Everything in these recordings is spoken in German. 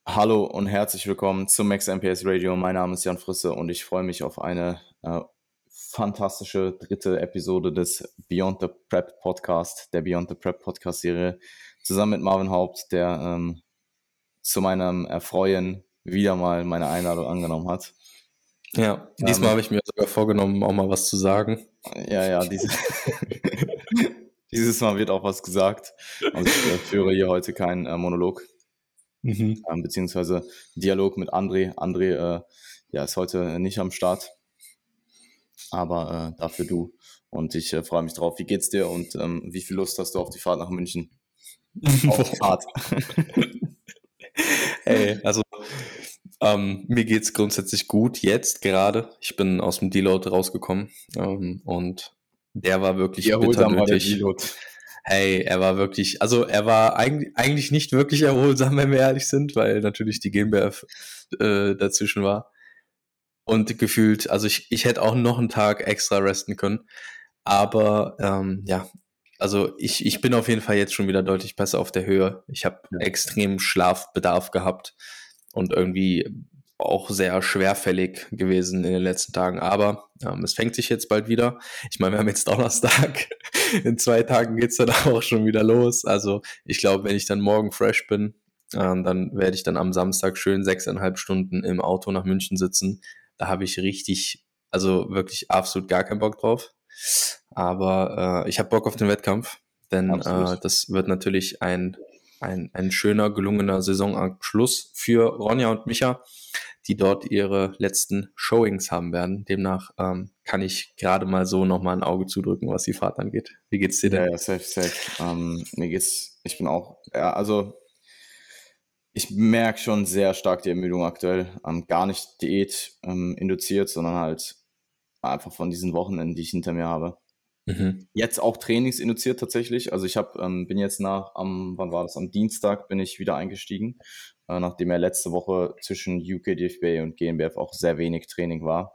Hallo und herzlich willkommen zum Max MPS Radio. Mein Name ist Jan Frisse und ich freue mich auf eine fantastische dritte Episode des Beyond the Prep Podcast, der Beyond the Prep Podcast Serie, zusammen mit Marvin Haupt, der zu meinem Erfreuen wieder mal meine Einladung angenommen hat. Ja, diesmal habe ich mir sogar vorgenommen, auch mal was zu sagen. Dieses Mal wird auch was gesagt. Also ich führe hier heute keinen Monolog. Beziehungsweise Dialog mit André. André ist heute nicht am Start, aber dafür du. Und ich freue mich drauf. Wie geht's dir und wie viel Lust hast du auf die Fahrt nach München? Auf die Fahrt. Hey, also mir geht's grundsätzlich gut jetzt gerade. Ich bin aus dem Deload rausgekommen und der war wirklich bitter nötig. Hey, er war wirklich, also er war eigentlich nicht wirklich erholsam, wenn wir ehrlich sind, weil natürlich die GmbF dazwischen war. Und gefühlt, also ich hätte auch noch einen Tag extra resten können. Aber also ich bin auf jeden Fall jetzt schon wieder deutlich besser auf der Höhe. Ich habe extrem Schlafbedarf gehabt und irgendwie auch sehr schwerfällig gewesen in den letzten Tagen. Aber es fängt sich jetzt bald wieder. Ich meine, wir haben jetzt Donnerstag. In 2 Tagen geht's dann auch schon wieder los. Also ich glaube, wenn ich dann morgen fresh bin, dann werde ich dann am Samstag schön 6,5 Stunden im Auto nach München sitzen. Da habe ich also wirklich absolut gar keinen Bock drauf. Aber ich habe Bock auf den Wettkampf, denn das wird natürlich ein schöner, gelungener Saisonabschluss für Ronja und Micha, die dort ihre letzten Showings haben werden. Demnach kann ich gerade mal so nochmal ein Auge zudrücken, was die Fahrt angeht. Wie geht's dir denn? Ja, safe. Ich bin auch, also ich merke schon sehr stark die Ermüdung aktuell. Gar nicht Diät induziert, sondern halt einfach von diesen Wochenenden, die ich hinter mir habe. Jetzt auch trainingsinduziert tatsächlich. Also ich bin jetzt wann war das? Am Dienstag bin ich wieder eingestiegen, nachdem ja letzte Woche zwischen UK-DFB und GmbF auch sehr wenig Training war.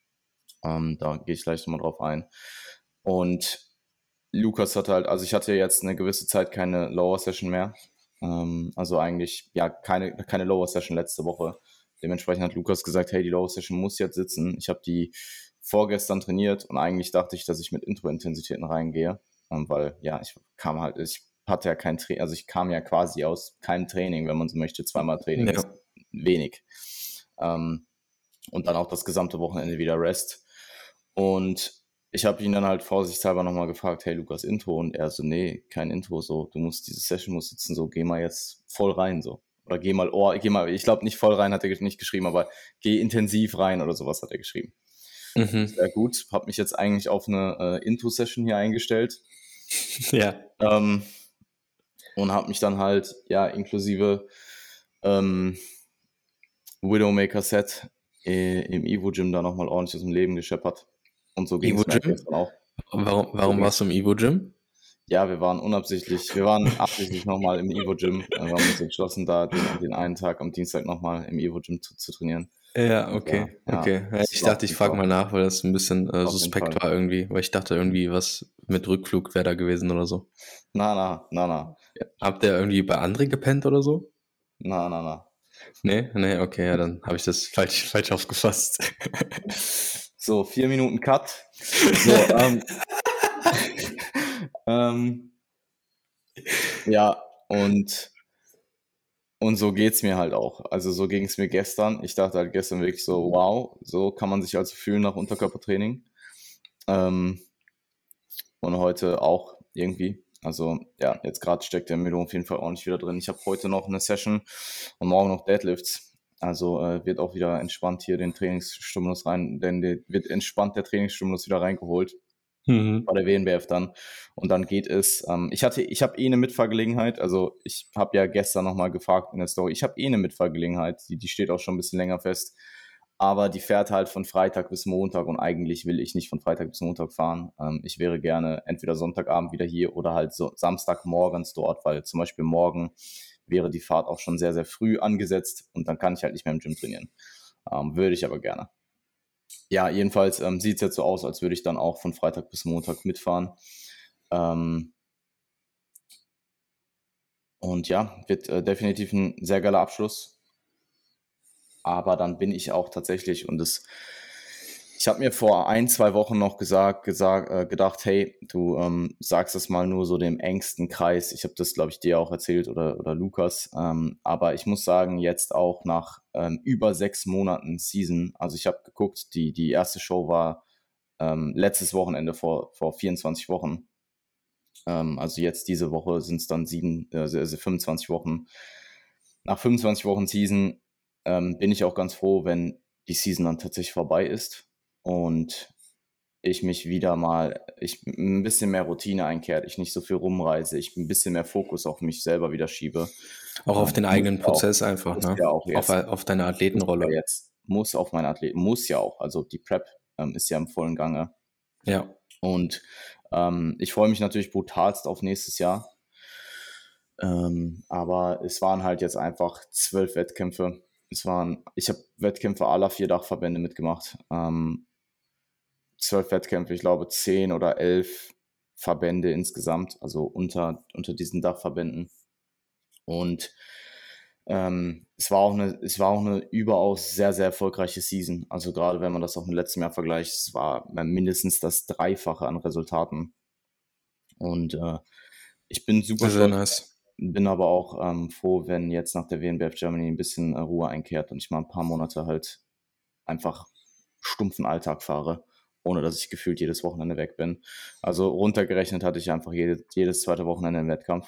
Da gehe ich gleich nochmal drauf ein. Und Lukas also ich hatte jetzt eine gewisse Zeit keine Lower Session mehr. Also eigentlich, keine Lower Session letzte Woche. Dementsprechend hat Lukas gesagt, hey, die Lower Session muss jetzt sitzen. Ich habe die vorgestern trainiert und eigentlich dachte ich, dass ich mit Intro-Intensitäten reingehe, weil ich hatte ja kein Training, also ich kam ja quasi aus keinem Training, wenn man so möchte, 2-mal Training ist wenig. Und dann auch das gesamte Wochenende wieder Rest. Und ich habe ihn dann halt vorsichtshalber nochmal gefragt, hey Lukas, Intro? Und er so, nee, kein Intro, so, diese Session muss sitzen, so, geh mal jetzt voll rein, so. Oder geh mal, ich glaube nicht voll rein hat er nicht geschrieben, aber geh intensiv rein oder sowas hat er geschrieben. Sehr gut, habe mich jetzt eigentlich auf eine Intro-Session hier eingestellt. Ja. Und habe mich dann halt, inklusive Widowmaker-Set im Evo-Gym da nochmal ordentlich aus dem Leben gescheppert. Und so ging es mir gestern auch. Warum warst du im Evo-Gym? Ja, wir waren absichtlich nochmal im Evo-Gym. Wir haben uns entschlossen, da den einen Tag am Dienstag nochmal im Evo-Gym zu trainieren. Ja, okay. Ja, ich dachte, ich frage mal nach, weil das ein bisschen suspekt war irgendwie, weil ich dachte irgendwie, was mit Rückflug wäre da gewesen oder so. Na. Habt ihr irgendwie bei André gepennt oder so? Na. Nee, okay, ja, dann habe ich das falsch aufgefasst. So, 4 Minuten Cut. So, ja, und so geht's mir halt auch. Also so ging es mir gestern. Ich dachte halt gestern wirklich so, wow, so kann man sich also fühlen nach Unterkörpertraining. Und heute auch irgendwie. Also ja, jetzt gerade steckt der Ermüdung auf jeden Fall ordentlich wieder drin. Ich habe heute noch eine Session und morgen noch Deadlifts. Also wird auch wieder entspannt hier den Trainingsstimulus wird entspannt der Trainingsstimulus wieder reingeholt. Bei der WNBF dann. Und dann geht es, ich habe eine Mitfahrgelegenheit, also ich habe ja gestern nochmal gefragt in der Story, ich habe eine Mitfahrgelegenheit, die steht auch schon ein bisschen länger fest, aber die fährt halt von Freitag bis Montag und eigentlich will ich nicht von Freitag bis Montag fahren. Ich wäre gerne entweder Sonntagabend wieder hier oder halt so Samstagmorgens dort, weil zum Beispiel morgen wäre die Fahrt auch schon sehr, sehr früh angesetzt und dann kann ich halt nicht mehr im Gym trainieren. Würde ich aber gerne. Ja, jedenfalls sieht es jetzt so aus, als würde ich dann auch von Freitag bis Montag mitfahren. Und ja, wird definitiv ein sehr geiler Abschluss. aber dann bin ich auch tatsächlich, ich habe mir vor 1-2 Wochen noch gedacht, hey, du sagst es mal nur so dem engsten Kreis. Ich habe das, glaube ich, dir auch erzählt oder Lukas. Aber ich muss sagen, jetzt auch nach über 6 Monaten Season, also ich habe geguckt, die erste Show war letztes Wochenende vor 24 Wochen. Also jetzt diese Woche sind es dann 25 Wochen. Nach 25 Wochen Season bin ich auch ganz froh, wenn die Season dann tatsächlich vorbei ist und ich mich wieder mal, ein bisschen mehr Routine einkehrt, ich nicht so viel rumreise, ich ein bisschen mehr Fokus auf mich selber wieder schiebe. Auch auf den eigenen Prozess einfach, ne? Ja auch jetzt, auf deine Athletenrolle. Muss auf meine Athleten, muss ja auch. Also die Prep ist ja im vollen Gange. Ja. Und ich freue mich natürlich brutalst auf nächstes Jahr. Aber es waren halt jetzt einfach 12 Wettkämpfe. Ich habe Wettkämpfe aller 4 Dachverbände mitgemacht. 12 Wettkämpfe, ich glaube 10 oder 11 Verbände insgesamt, also unter diesen Dachverbänden. Und es war auch eine überaus sehr, sehr erfolgreiche Season. Also gerade wenn man das auch mit letztem Jahr vergleicht, es war mindestens das Dreifache an Resultaten. Und ich bin super sehr stolz. Nice. Bin aber auch froh, wenn jetzt nach der WNBF Germany ein bisschen Ruhe einkehrt und ich mal ein paar Monate halt einfach stumpfen Alltag fahre, ohne dass ich gefühlt jedes Wochenende weg bin. Also runtergerechnet hatte ich einfach jedes zweite Wochenende einen Wettkampf.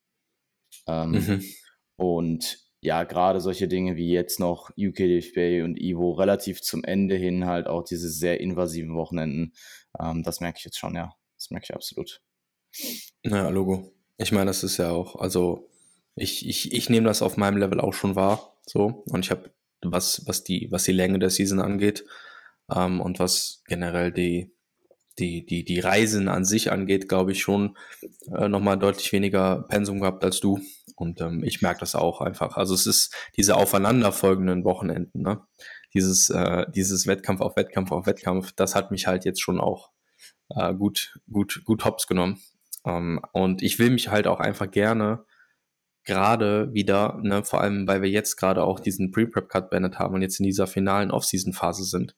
Und ja, gerade solche Dinge wie jetzt noch UKDFB und Ivo relativ zum Ende hin halt auch diese sehr invasiven Wochenenden, das merke ich jetzt schon, ja. Das merke ich absolut. Ja, Logo. Ich meine, das ist ja auch, also ich nehme das auf meinem Level auch schon wahr, so. Und ich habe, was die Länge der Season angeht, und was generell die Reisen an sich angeht, glaube ich schon nochmal deutlich weniger Pensum gehabt als du. Und ich merke das auch einfach. Also es ist diese aufeinanderfolgenden Wochenenden, ne? Dieses Wettkampf auf Wettkampf auf Wettkampf, das hat mich halt jetzt schon auch gut hops genommen. Und ich will mich halt auch einfach gerne gerade wieder, ne, vor allem, weil wir jetzt gerade auch diesen Pre-Prep-Cut beendet haben und jetzt in dieser finalen Off-Season-Phase sind.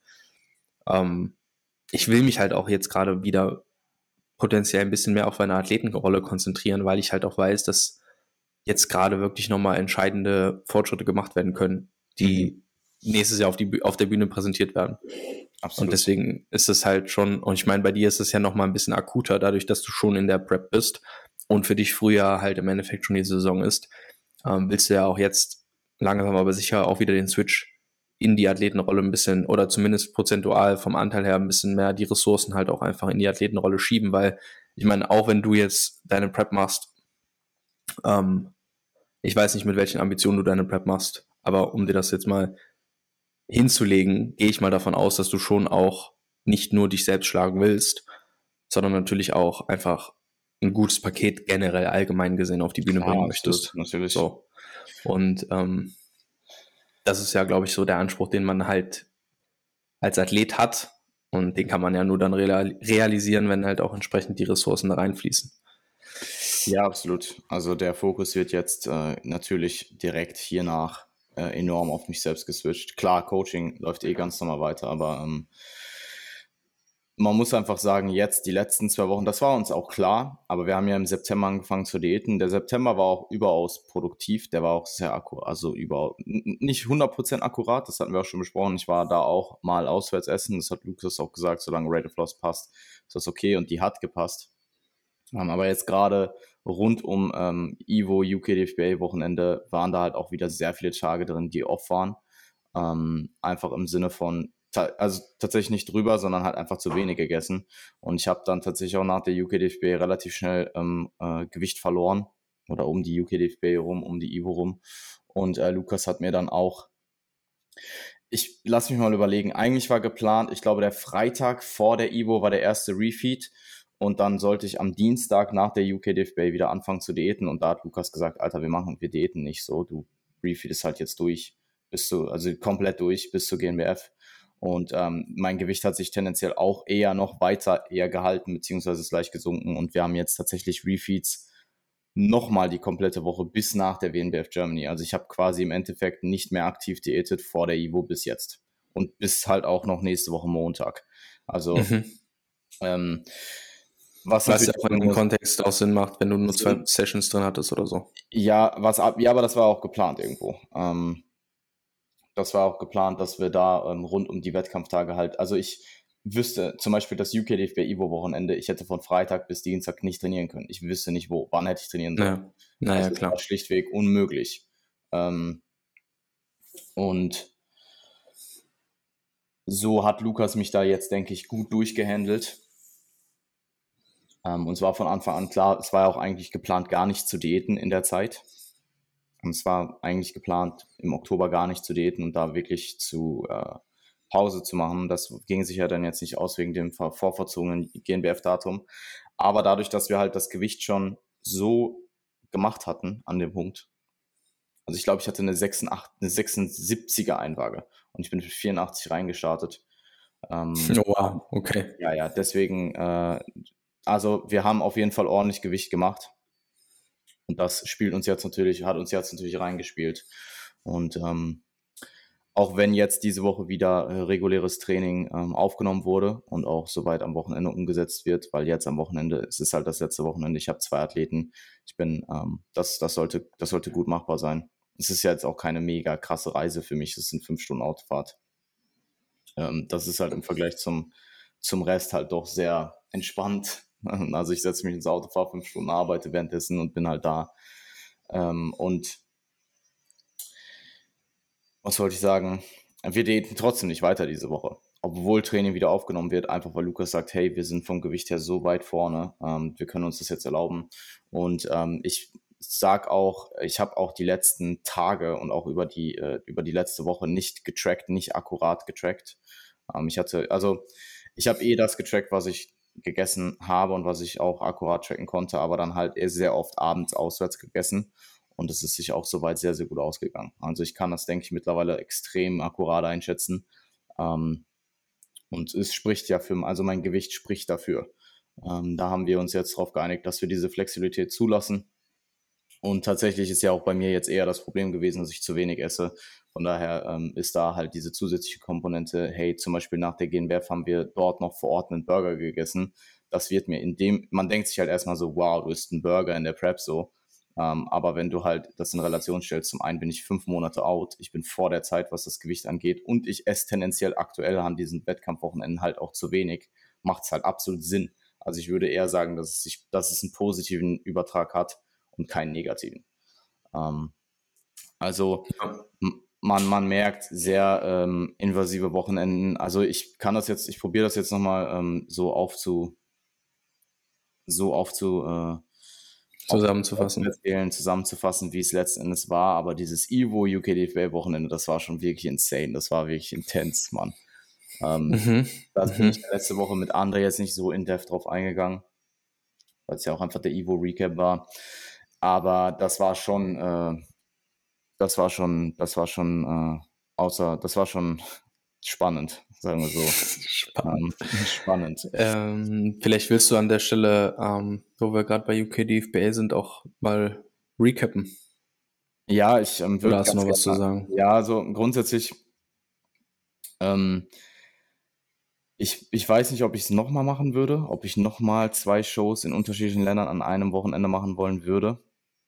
Ich will mich halt auch jetzt gerade wieder potenziell ein bisschen mehr auf eine Athletenrolle konzentrieren, weil ich halt auch weiß, dass jetzt gerade wirklich nochmal entscheidende Fortschritte gemacht werden können, die nächstes Jahr auf der Bühne präsentiert werden. Absolut. Und deswegen ist es halt schon, und ich meine, bei dir ist es ja nochmal ein bisschen akuter, dadurch, dass du schon in der Prep bist und für dich Frühjahr halt im Endeffekt schon die Saison ist, willst du ja auch jetzt langsam aber sicher auch wieder den Switch in die Athletenrolle ein bisschen oder zumindest prozentual vom Anteil her ein bisschen mehr die Ressourcen halt auch einfach in die Athletenrolle schieben, weil ich meine, auch wenn du jetzt deine Prep machst, ich weiß nicht, mit welchen Ambitionen du deine Prep machst, aber um dir das jetzt mal hinzulegen, gehe ich mal davon aus, dass du schon auch nicht nur dich selbst schlagen willst, sondern natürlich auch einfach ein gutes Paket generell allgemein gesehen auf die Bühne bringen möchtest. Natürlich. So. Und das ist ja, glaube ich, so der Anspruch, den man halt als Athlet hat. Und den kann man ja nur dann realisieren, wenn halt auch entsprechend die Ressourcen da reinfließen. Ja, absolut. Also der Fokus wird jetzt natürlich direkt hiernach enorm auf mich selbst geswitcht. Klar, Coaching läuft ganz normal weiter, aber man muss einfach sagen, jetzt die letzten 2 Wochen, das war uns auch klar, aber wir haben ja im September angefangen zu diäten. Der September war auch überaus produktiv, der war auch sehr akkurat, also nicht 100% akkurat, das hatten wir auch schon besprochen. Ich war da auch mal auswärts essen, das hat Lukas auch gesagt, solange Rate of Loss passt, ist das okay und die hat gepasst. Aber jetzt gerade rund um Ivo, UKDFBA Wochenende waren da halt auch wieder sehr viele Tage drin, die off waren. Einfach im Sinne von, also tatsächlich nicht drüber, sondern halt einfach zu wenig gegessen. Und ich habe dann tatsächlich auch nach der UKDFBA relativ schnell Gewicht verloren. Oder um die UKDFBA rum, um die Ivo rum. Und Lukas hat mir dann auch, ich lass mich mal überlegen, eigentlich war geplant, ich glaube der Freitag vor der Ivo war der erste Refeed. Und dann sollte ich am Dienstag nach der UKDFBA wieder anfangen zu diäten. Und da hat Lukas gesagt, Alter, wir diäten nicht so. Du refeedest halt jetzt durch, also komplett durch bis zur GNBF. Und mein Gewicht hat sich tendenziell auch eher noch weiter gehalten, beziehungsweise ist leicht gesunken. Und wir haben jetzt tatsächlich Refeeds nochmal die komplette Woche bis nach der WNBF Germany. Also ich habe quasi im Endeffekt nicht mehr aktiv diätet vor der Evo bis jetzt. Und bis halt auch noch nächste Woche Montag. Also was ja auch in dem Kontext auch Sinn macht, wenn du nur 2 Sessions drin hattest oder so. Ja, aber das war auch geplant irgendwo. Das war auch geplant, dass wir da rund um die Wettkampftage halt, also ich wüsste zum Beispiel das UK-DFB Evo-Wochenende, ich hätte von Freitag bis Dienstag nicht trainieren können. Ich wüsste nicht wo, wann hätte ich trainieren sollen. Naja, also klar. Das war schlichtweg unmöglich. Und so hat Lukas mich da jetzt, denke ich, gut durchgehandelt. Und zwar von Anfang an klar, es war auch eigentlich geplant, gar nicht zu diäten in der Zeit. Und es war eigentlich geplant, im Oktober gar nicht zu diäten und da wirklich zu Pause zu machen. Das ging sich ja dann jetzt nicht aus wegen dem vorverzogenen GNBF-Datum. Aber dadurch, dass wir halt das Gewicht schon so gemacht hatten an dem Punkt, also ich glaube, ich hatte eine 76er Einwaage und ich bin für 84 reingestartet. Wow, okay. Ja, deswegen, also wir haben auf jeden Fall ordentlich Gewicht gemacht. Und das hat uns jetzt natürlich reingespielt. Und auch wenn jetzt diese Woche wieder reguläres Training aufgenommen wurde und auch soweit am Wochenende umgesetzt wird, weil jetzt am Wochenende, es ist halt das letzte Wochenende, ich habe 2 Athleten, das sollte gut machbar sein. Es ist ja jetzt auch keine mega krasse Reise für mich, es sind 5 Stunden Autofahrt. Das ist halt im Vergleich zum Rest halt doch sehr entspannt. Also ich setze mich ins Auto, fahre 5 Stunden, arbeite währenddessen und bin halt da. Und was wollte ich sagen? Wir diäten trotzdem nicht weiter diese Woche. Obwohl Training wieder aufgenommen wird, einfach weil Lukas sagt, hey, wir sind vom Gewicht her so weit vorne, wir können uns das jetzt erlauben. Und ich sag auch, ich habe auch die letzten Tage und auch über die letzte Woche nicht akkurat getrackt. Ich habe das getrackt, was ich gegessen habe und was ich auch akkurat tracken konnte, aber dann halt sehr oft abends auswärts gegessen. Und es ist sich auch soweit sehr, sehr gut ausgegangen. Also ich kann das, denke ich, mittlerweile extrem akkurat einschätzen. Und es spricht ja also mein Gewicht spricht dafür. Da haben wir uns jetzt darauf geeinigt, dass wir diese Flexibilität zulassen. Und tatsächlich ist ja auch bei mir jetzt eher das Problem gewesen, dass ich zu wenig esse. Von daher ist da halt diese zusätzliche Komponente, hey, zum Beispiel nach der GNBF haben wir dort noch vor Ort einen Burger gegessen. Das wird mir man denkt sich halt erstmal so, wow, du isst einen Burger in der Prep so. Aber wenn du halt das in Relation stellst, zum einen bin ich 5 Monate out, ich bin vor der Zeit, was das Gewicht angeht und ich esse tendenziell aktuell an diesen Wettkampfwochenenden halt auch zu wenig, macht es halt absolut Sinn. Also ich würde eher sagen, dass es einen positiven Übertrag hat und keinen negativen. Man merkt sehr invasive Wochenenden. Also ich probiere das jetzt nochmal zusammenzufassen, wie es letzten Endes war, aber dieses Evo UK-DFB-Wochenende, das war schon wirklich insane, das war wirklich intens, Mann. Da bin ich letzte Woche mit André jetzt nicht so in-depth drauf eingegangen, weil es ja auch einfach der Evo-Recap war, aber das war schon spannend, sagen wir so. Spannend. Vielleicht willst du an der Stelle, wo wir gerade bei UK-DFB sind, auch mal recappen. Ja, ich würde hast du noch was zu sagen? Ja, also grundsätzlich, ich weiß nicht, ob ich es nochmal machen würde, ob ich nochmal 2 Shows in unterschiedlichen Ländern an einem Wochenende machen wollen würde.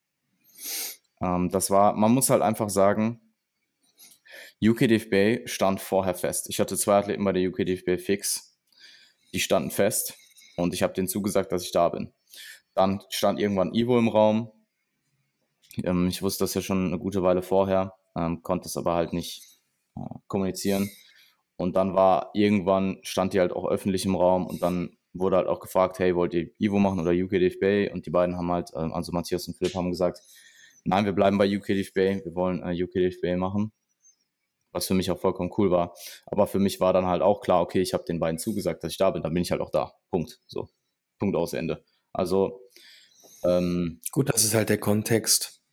Man muss halt einfach sagen, UK-DFB stand vorher fest. Ich hatte 2 Athleten bei der UK-DFB fix, die standen fest und ich habe denen zugesagt, dass ich da bin. Dann stand irgendwann Ivo im Raum. Ich wusste das ja schon eine gute Weile vorher, konnte es aber halt nicht kommunizieren. Und dann stand die halt auch öffentlich im Raum und dann wurde halt auch gefragt, hey, wollt ihr Ivo machen oder UK-DFB? Und die beiden haben halt, also Matthias und Philipp haben gesagt, nein, wir bleiben bei UK-DFB, wir wollen UK-DFB machen. Was für mich auch vollkommen cool war. Aber für mich war dann halt auch klar, okay, ich habe den beiden zugesagt, dass ich da bin, dann bin ich halt auch da. Punkt. So. Punkt aus Ende. Also gut, das ist halt der Kontext.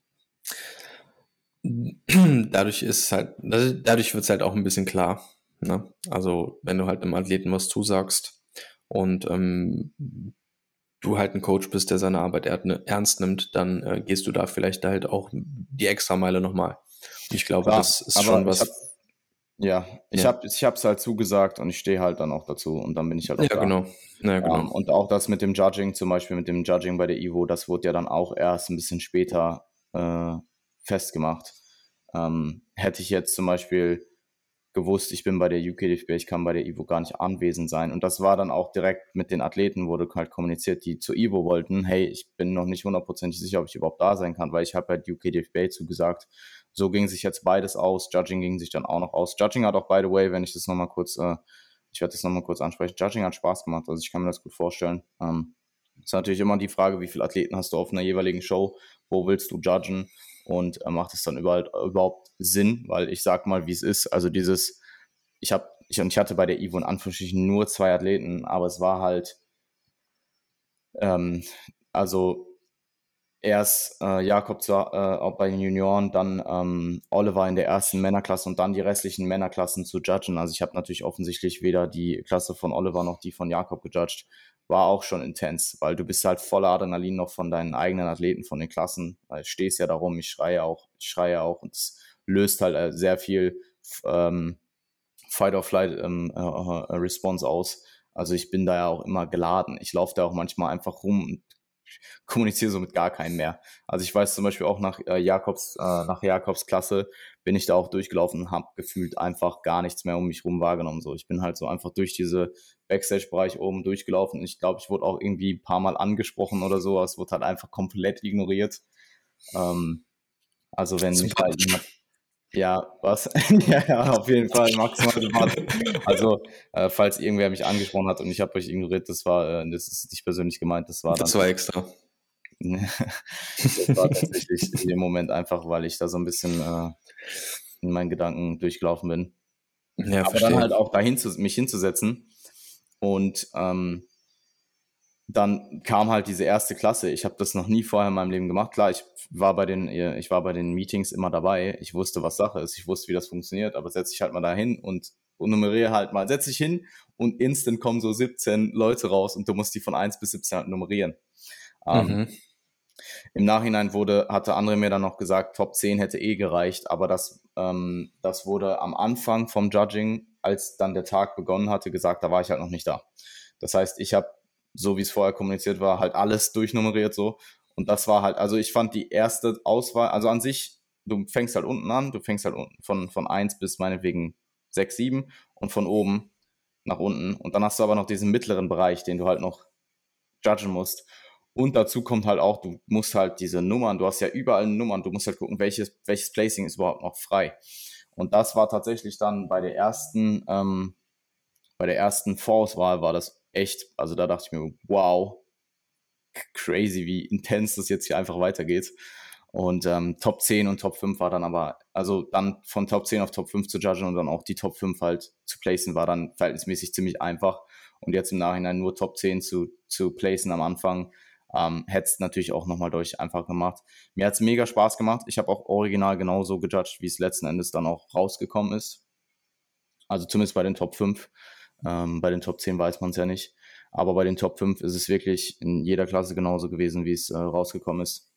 Dadurch wird es halt auch ein bisschen klar. Ne? Also wenn du halt einem Athleten was zusagst und du halt ein Coach bist, der seine Arbeit ernst nimmt, dann gehst du da vielleicht halt auch die Extrameile nochmal. Und ich glaube, Klar, das ist schon was. Ich hab's halt zugesagt und ich stehe halt dann auch dazu und dann bin ich halt auch da. Genau. Ja, genau. Und auch das mit dem Judging, zum Beispiel mit dem Judging bei der Evo, das wurde ja dann auch erst ein bisschen später festgemacht. Hätte ich jetzt zum Beispiel gewusst, ich bin bei der UKDFB, ich kann bei der Evo gar nicht anwesend sein. Und das war dann auch direkt mit den Athleten, wurde halt kommuniziert, die zur Evo wollten, hey, ich bin noch nicht hundertprozentig sicher, ob ich überhaupt da sein kann, weil ich habe bei der UKDFB zugesagt. So ging sich jetzt beides aus. Judging ging sich dann auch noch aus. Judging hat auch, by the way, wenn ich das nochmal kurz, ich werde das nochmal kurz ansprechen, Judging hat Spaß gemacht, also ich kann mir das gut vorstellen. Ist natürlich immer die Frage, wie viele Athleten hast du auf einer jeweiligen Show, wo willst du judgen? Und macht es dann überhaupt Sinn, weil ich sag mal, wie es ist. Also ich hatte bei der Evo in Anführungsstrichen nur 2 Athleten, aber es war halt, also erst Jakob auch bei den Junioren, dann Oliver in der ersten Männerklasse und dann die restlichen Männerklassen zu judgen. Also ich habe natürlich offensichtlich weder die Klasse von Oliver noch die von Jakob gejudged. War auch schon intens, weil du bist halt voller Adrenalin noch von deinen eigenen Athleten, von den Klassen. Weil ich stehst ja darum, ich schreie auch und es löst halt sehr viel Fight-or-Flight-Response aus. Also ich bin da ja auch immer geladen. Ich laufe da auch manchmal einfach rum und kommuniziere so mit gar keinem mehr. Also ich weiß zum Beispiel auch nach Jakobs Klasse bin ich da auch durchgelaufen und habe gefühlt einfach gar nichts mehr um mich rum wahrgenommen. So, ich bin halt so einfach durch diese Backstage-Bereich oben durchgelaufen. Und ich glaube, ich wurde auch irgendwie ein paar Mal angesprochen oder so. Es wurde halt einfach komplett ignoriert. Also wenn mich halt jemand, ja, was? Ja, auf jeden Fall maximal sympathisch. Also, falls irgendwer mich angesprochen hat und ich habe euch ignoriert, das ist nicht persönlich gemeint, das war extra. Das war tatsächlich in dem Moment einfach, weil ich da so ein bisschen in meinen Gedanken durchgelaufen bin. Ja, aber verstehe. dann halt auch mich hinzusetzen und dann kam halt diese erste Klasse. Ich habe das noch nie vorher in meinem Leben gemacht. Klar, ich war bei den Meetings immer dabei. Ich wusste, was Sache ist. Ich wusste, wie das funktioniert. Aber setze ich halt mal da hin und nummeriere halt mal. Setze ich hin und instant kommen so 17 Leute raus und du musst die von 1 bis 17 halt nummerieren. Im Nachhinein hatte André mir dann noch gesagt, Top 10 hätte gereicht. Aber das wurde am Anfang vom Judging, als dann der Tag begonnen hatte, gesagt, da war ich halt noch nicht da. Das heißt, ich habe, so wie es vorher kommuniziert war, halt alles durchnummeriert so. Und das war halt, also ich fand die erste Auswahl, also an sich, du fängst halt unten an, du fängst halt unten von 1 bis meinetwegen 6, 7 und von oben nach unten. Und dann hast du aber noch diesen mittleren Bereich, den du halt noch judgen musst. Und dazu kommt halt auch, du musst halt diese Nummern, du hast ja überall Nummern, du musst halt gucken, welches Placing ist überhaupt noch frei. Und das war tatsächlich dann bei der ersten Vorauswahl war das echt, also da dachte ich mir, wow, crazy, wie intens das jetzt hier einfach weitergeht. Und Top 10 und Top 5 war dann aber, also dann von Top 10 auf Top 5 zu judgen und dann auch die Top 5 halt zu placen, war dann verhältnismäßig ziemlich einfach. Und jetzt im Nachhinein nur Top 10 zu placen am Anfang, hätte es natürlich auch nochmal deutlich einfach gemacht. Mir hat es mega Spaß gemacht. Ich habe auch original genauso gejudged, wie es letzten Endes dann auch rausgekommen ist. Also zumindest bei den Top 5. Bei den Top 10 weiß man es ja nicht. Aber bei den Top 5 ist es wirklich in jeder Klasse genauso gewesen, wie es rausgekommen ist.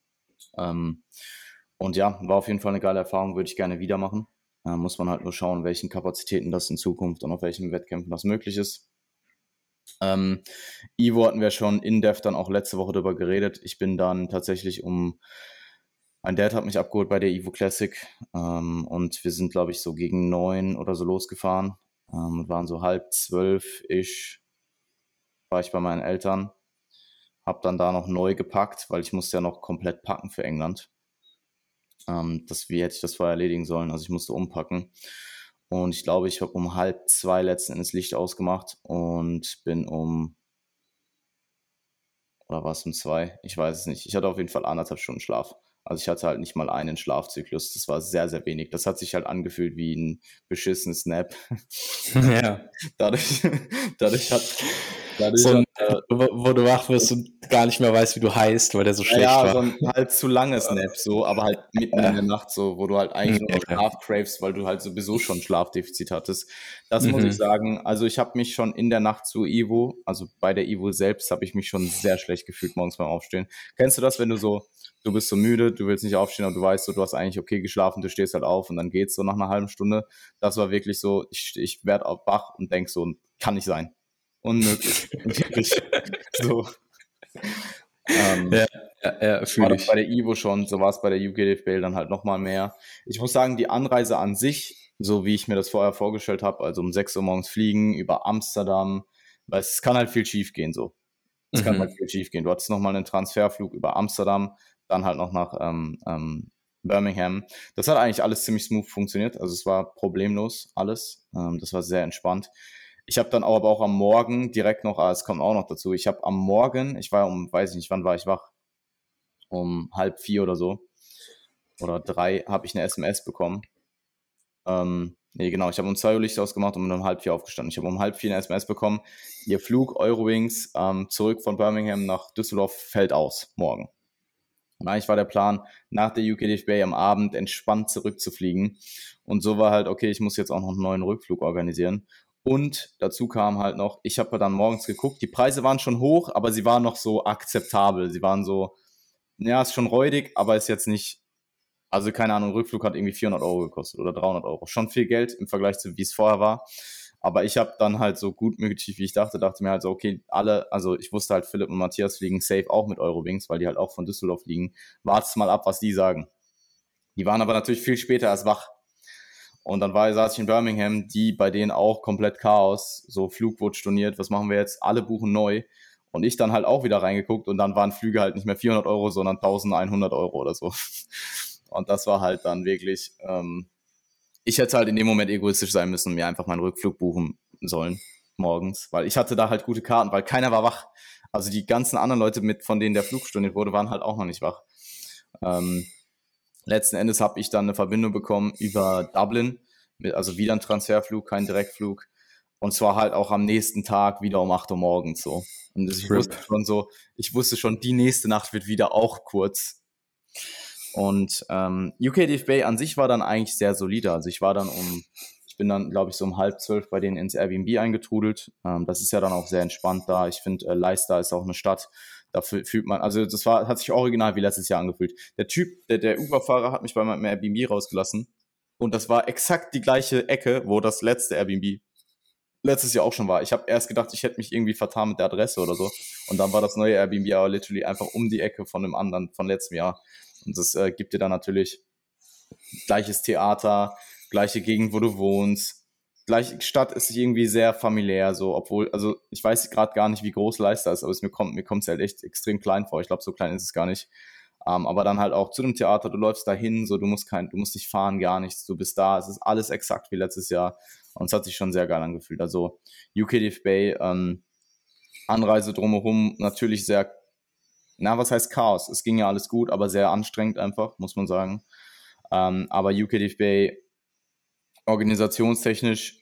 Und ja, war auf jeden Fall eine geile Erfahrung, würde ich gerne wieder machen. Muss man halt nur schauen, welchen Kapazitäten das in Zukunft und auf welchen Wettkämpfen das möglich ist. Evo hatten wir schon in-depth dann auch letzte Woche darüber geredet. Ich bin dann tatsächlich mein Dad hat mich abgeholt bei der Evo Classic und wir sind, glaube ich, so gegen 9 oder so losgefahren. Waren so 11:30-ish, war ich bei meinen Eltern. Hab dann da noch neu gepackt, weil ich musste ja noch komplett packen für England. Wie hätte ich das vorher erledigen sollen? Also ich musste umpacken. Und ich glaube, ich habe um 1:30 letzten Endes Licht ausgemacht und bin oder war es um 2? Ich weiß es nicht. Ich hatte auf jeden Fall 1,5 Stunden Schlaf. Also ich hatte halt nicht mal einen Schlafzyklus. Das war sehr, sehr wenig. Das hat sich halt angefühlt wie ein beschissenes Nap. Ja. Dadurch So ein wo du wach wirst und gar nicht mehr weißt, wie du heißt, weil der so schlecht war. Ja, so ein halt zu langes Nap, so, aber halt mitten in der Nacht so, wo du halt eigentlich nur noch Schlaf cravest, weil du halt sowieso schon Schlafdefizit hattest. Das muss ich sagen. Also ich habe mich schon in der Nacht zu Evo, also bei der Evo selbst, habe ich mich schon sehr schlecht gefühlt morgens beim Aufstehen. Kennst du das, wenn du bist so müde, du willst nicht aufstehen, aber du weißt so, du hast eigentlich okay geschlafen, du stehst halt auf und dann geht's so nach einer halben Stunde. Das war wirklich so, ich werde auch wach und denk so, kann nicht sein. Unmöglich. Wirklich. So. Fühle War ich. das bei der Evo schon, so war es bei der UKDFB dann halt nochmal mehr. Ich muss sagen, die Anreise an sich, so wie ich mir das vorher vorgestellt habe, also um 6 Uhr morgens fliegen über Amsterdam, weil es kann halt viel schief gehen so. Es kann halt viel schief gehen. Du hattest nochmal einen Transferflug über Amsterdam, dann halt noch nach Birmingham. Das hat eigentlich alles ziemlich smooth funktioniert, also es war problemlos alles. Das war sehr entspannt. Ich habe dann aber auch am Morgen direkt noch, es kommt auch noch dazu, ich habe am Morgen, ich war weiß ich nicht, wann war ich wach? Um 3:30 oder so. Oder 3 habe ich eine SMS bekommen. Nee, genau, ich habe um 2 Uhr Licht ausgemacht und um 3:30 aufgestanden. Ich habe um 3:30 eine SMS bekommen, Ihr Flug Eurowings zurück von Birmingham nach Düsseldorf fällt aus, morgen. Und eigentlich war der Plan, nach der UKDFB am Abend entspannt zurückzufliegen. Und so war halt, okay, ich muss jetzt auch noch einen neuen Rückflug organisieren. Und dazu kam halt noch, ich habe dann morgens geguckt, die Preise waren schon hoch, aber sie waren noch so akzeptabel. Sie waren so, ja, ist schon räudig, aber ist jetzt nicht, also keine Ahnung, Rückflug hat irgendwie 400 Euro gekostet oder 300 Euro. Schon viel Geld im Vergleich zu, wie es vorher war. Aber ich habe dann halt so gutmütig, wie ich dachte mir halt so, okay, also ich wusste halt, Philipp und Matthias fliegen safe auch mit Eurowings, weil die halt auch von Düsseldorf fliegen. Wart's mal ab, was die sagen. Die waren aber natürlich viel später erst wach. Und dann saß ich in Birmingham, bei denen auch komplett Chaos, so Flug wurde storniert, was machen wir jetzt? Alle buchen neu. Und ich dann halt auch wieder reingeguckt und dann waren Flüge halt nicht mehr 400 Euro, sondern 1100 Euro oder so. Und das war halt dann wirklich, ich hätte halt in dem Moment egoistisch sein müssen und mir einfach meinen Rückflug buchen sollen morgens, weil ich hatte da halt gute Karten, weil keiner war wach. Also die ganzen anderen Leute, von denen der Flug storniert wurde, waren halt auch noch nicht wach. Letzten Endes habe ich dann eine Verbindung bekommen über Dublin, also wieder ein Transferflug, kein Direktflug. Und zwar halt auch am nächsten Tag wieder um 8 Uhr morgens so. Und ich wusste schon, die nächste Nacht wird wieder auch kurz. Und UKDFB an sich war dann eigentlich sehr solide. Also ich bin dann, glaube ich, so um 11:30 bei denen ins Airbnb eingetrudelt. Das ist ja dann auch sehr entspannt da. Ich finde, Leicester ist auch eine Stadt, da fühlt man, also hat sich original wie letztes Jahr angefühlt. Der Typ, der Uber-Fahrer hat mich bei meinem Airbnb rausgelassen und das war exakt die gleiche Ecke, wo das letzte Airbnb letztes Jahr auch schon war. Ich habe erst gedacht, ich hätte mich irgendwie vertan mit der Adresse oder so und dann war das neue Airbnb aber literally einfach um die Ecke von dem anderen von letztem Jahr und das gibt dir dann natürlich gleiches Theater, gleiche Gegend, wo du wohnst. Gleiche Stadt ist irgendwie sehr familiär, so, obwohl, also ich weiß gerade gar nicht, wie groß Leicester ist, aber mir kommt es halt echt extrem klein vor. Ich glaube, so klein ist es gar nicht. Aber dann halt auch zu dem Theater, du läufst dahin, so, du musst nicht fahren, gar nichts, du bist da, es ist alles exakt wie letztes Jahr und es hat sich schon sehr geil angefühlt. Also UKDFB, Anreise drumherum natürlich sehr, was heißt Chaos? Es ging ja alles gut, aber sehr anstrengend einfach, muss man sagen. Aber UKDFB organisationstechnisch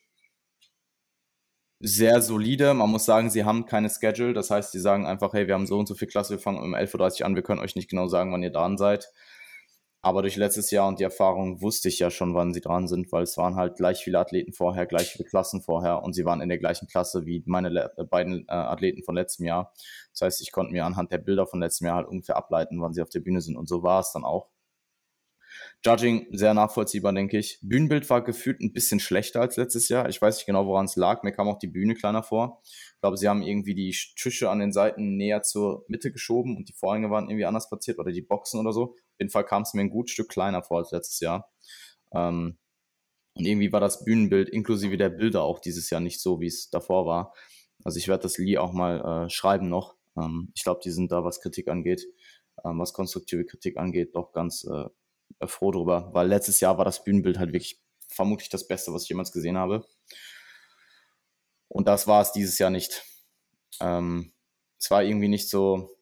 sehr solide. Man muss sagen, sie haben keine Schedule. Das heißt, sie sagen einfach, hey, wir haben so und so viel Klasse, wir fangen um 11:30 Uhr an, wir können euch nicht genau sagen, wann ihr dran seid. Aber durch letztes Jahr und die Erfahrung wusste ich ja schon, wann sie dran sind, weil es waren halt gleich viele Athleten vorher, gleich viele Klassen vorher und sie waren in der gleichen Klasse wie meine beiden Athleten von letztem Jahr. Das heißt, ich konnte mir anhand der Bilder von letztem Jahr halt ungefähr ableiten, wann sie auf der Bühne sind und so war es dann auch. Judging sehr nachvollziehbar, denke ich. Bühnenbild war gefühlt ein bisschen schlechter als letztes Jahr. Ich weiß nicht genau, woran es lag. Mir kam auch die Bühne kleiner vor. Ich glaube, sie haben irgendwie die Tische an den Seiten näher zur Mitte geschoben und die Vorhänge waren irgendwie anders platziert oder die Boxen oder so. Auf jeden Fall kam es mir ein gut Stück kleiner vor als letztes Jahr. Und irgendwie war das Bühnenbild inklusive der Bilder auch dieses Jahr nicht so, wie es davor war. Also ich werde das Lee auch mal schreiben noch. Ich glaube, die sind da, was Kritik angeht, was konstruktive Kritik angeht, doch ganz froh drüber, weil letztes Jahr war das Bühnenbild halt wirklich vermutlich das Beste, was ich jemals gesehen habe. Und das war es dieses Jahr nicht. Es war irgendwie nicht so,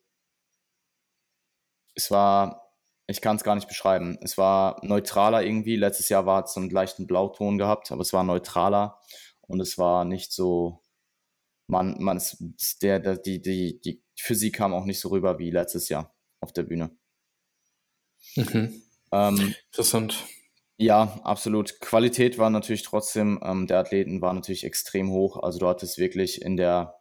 ich kann es gar nicht beschreiben. Es war neutraler irgendwie. Letztes Jahr war es so einen leichten Blauton gehabt, aber es war neutraler und es war nicht so die Physik kam auch nicht so rüber wie letztes Jahr auf der Bühne. Interessant. Ja, absolut. Qualität war natürlich trotzdem, der Athleten war natürlich extrem hoch. Also du hattest wirklich in der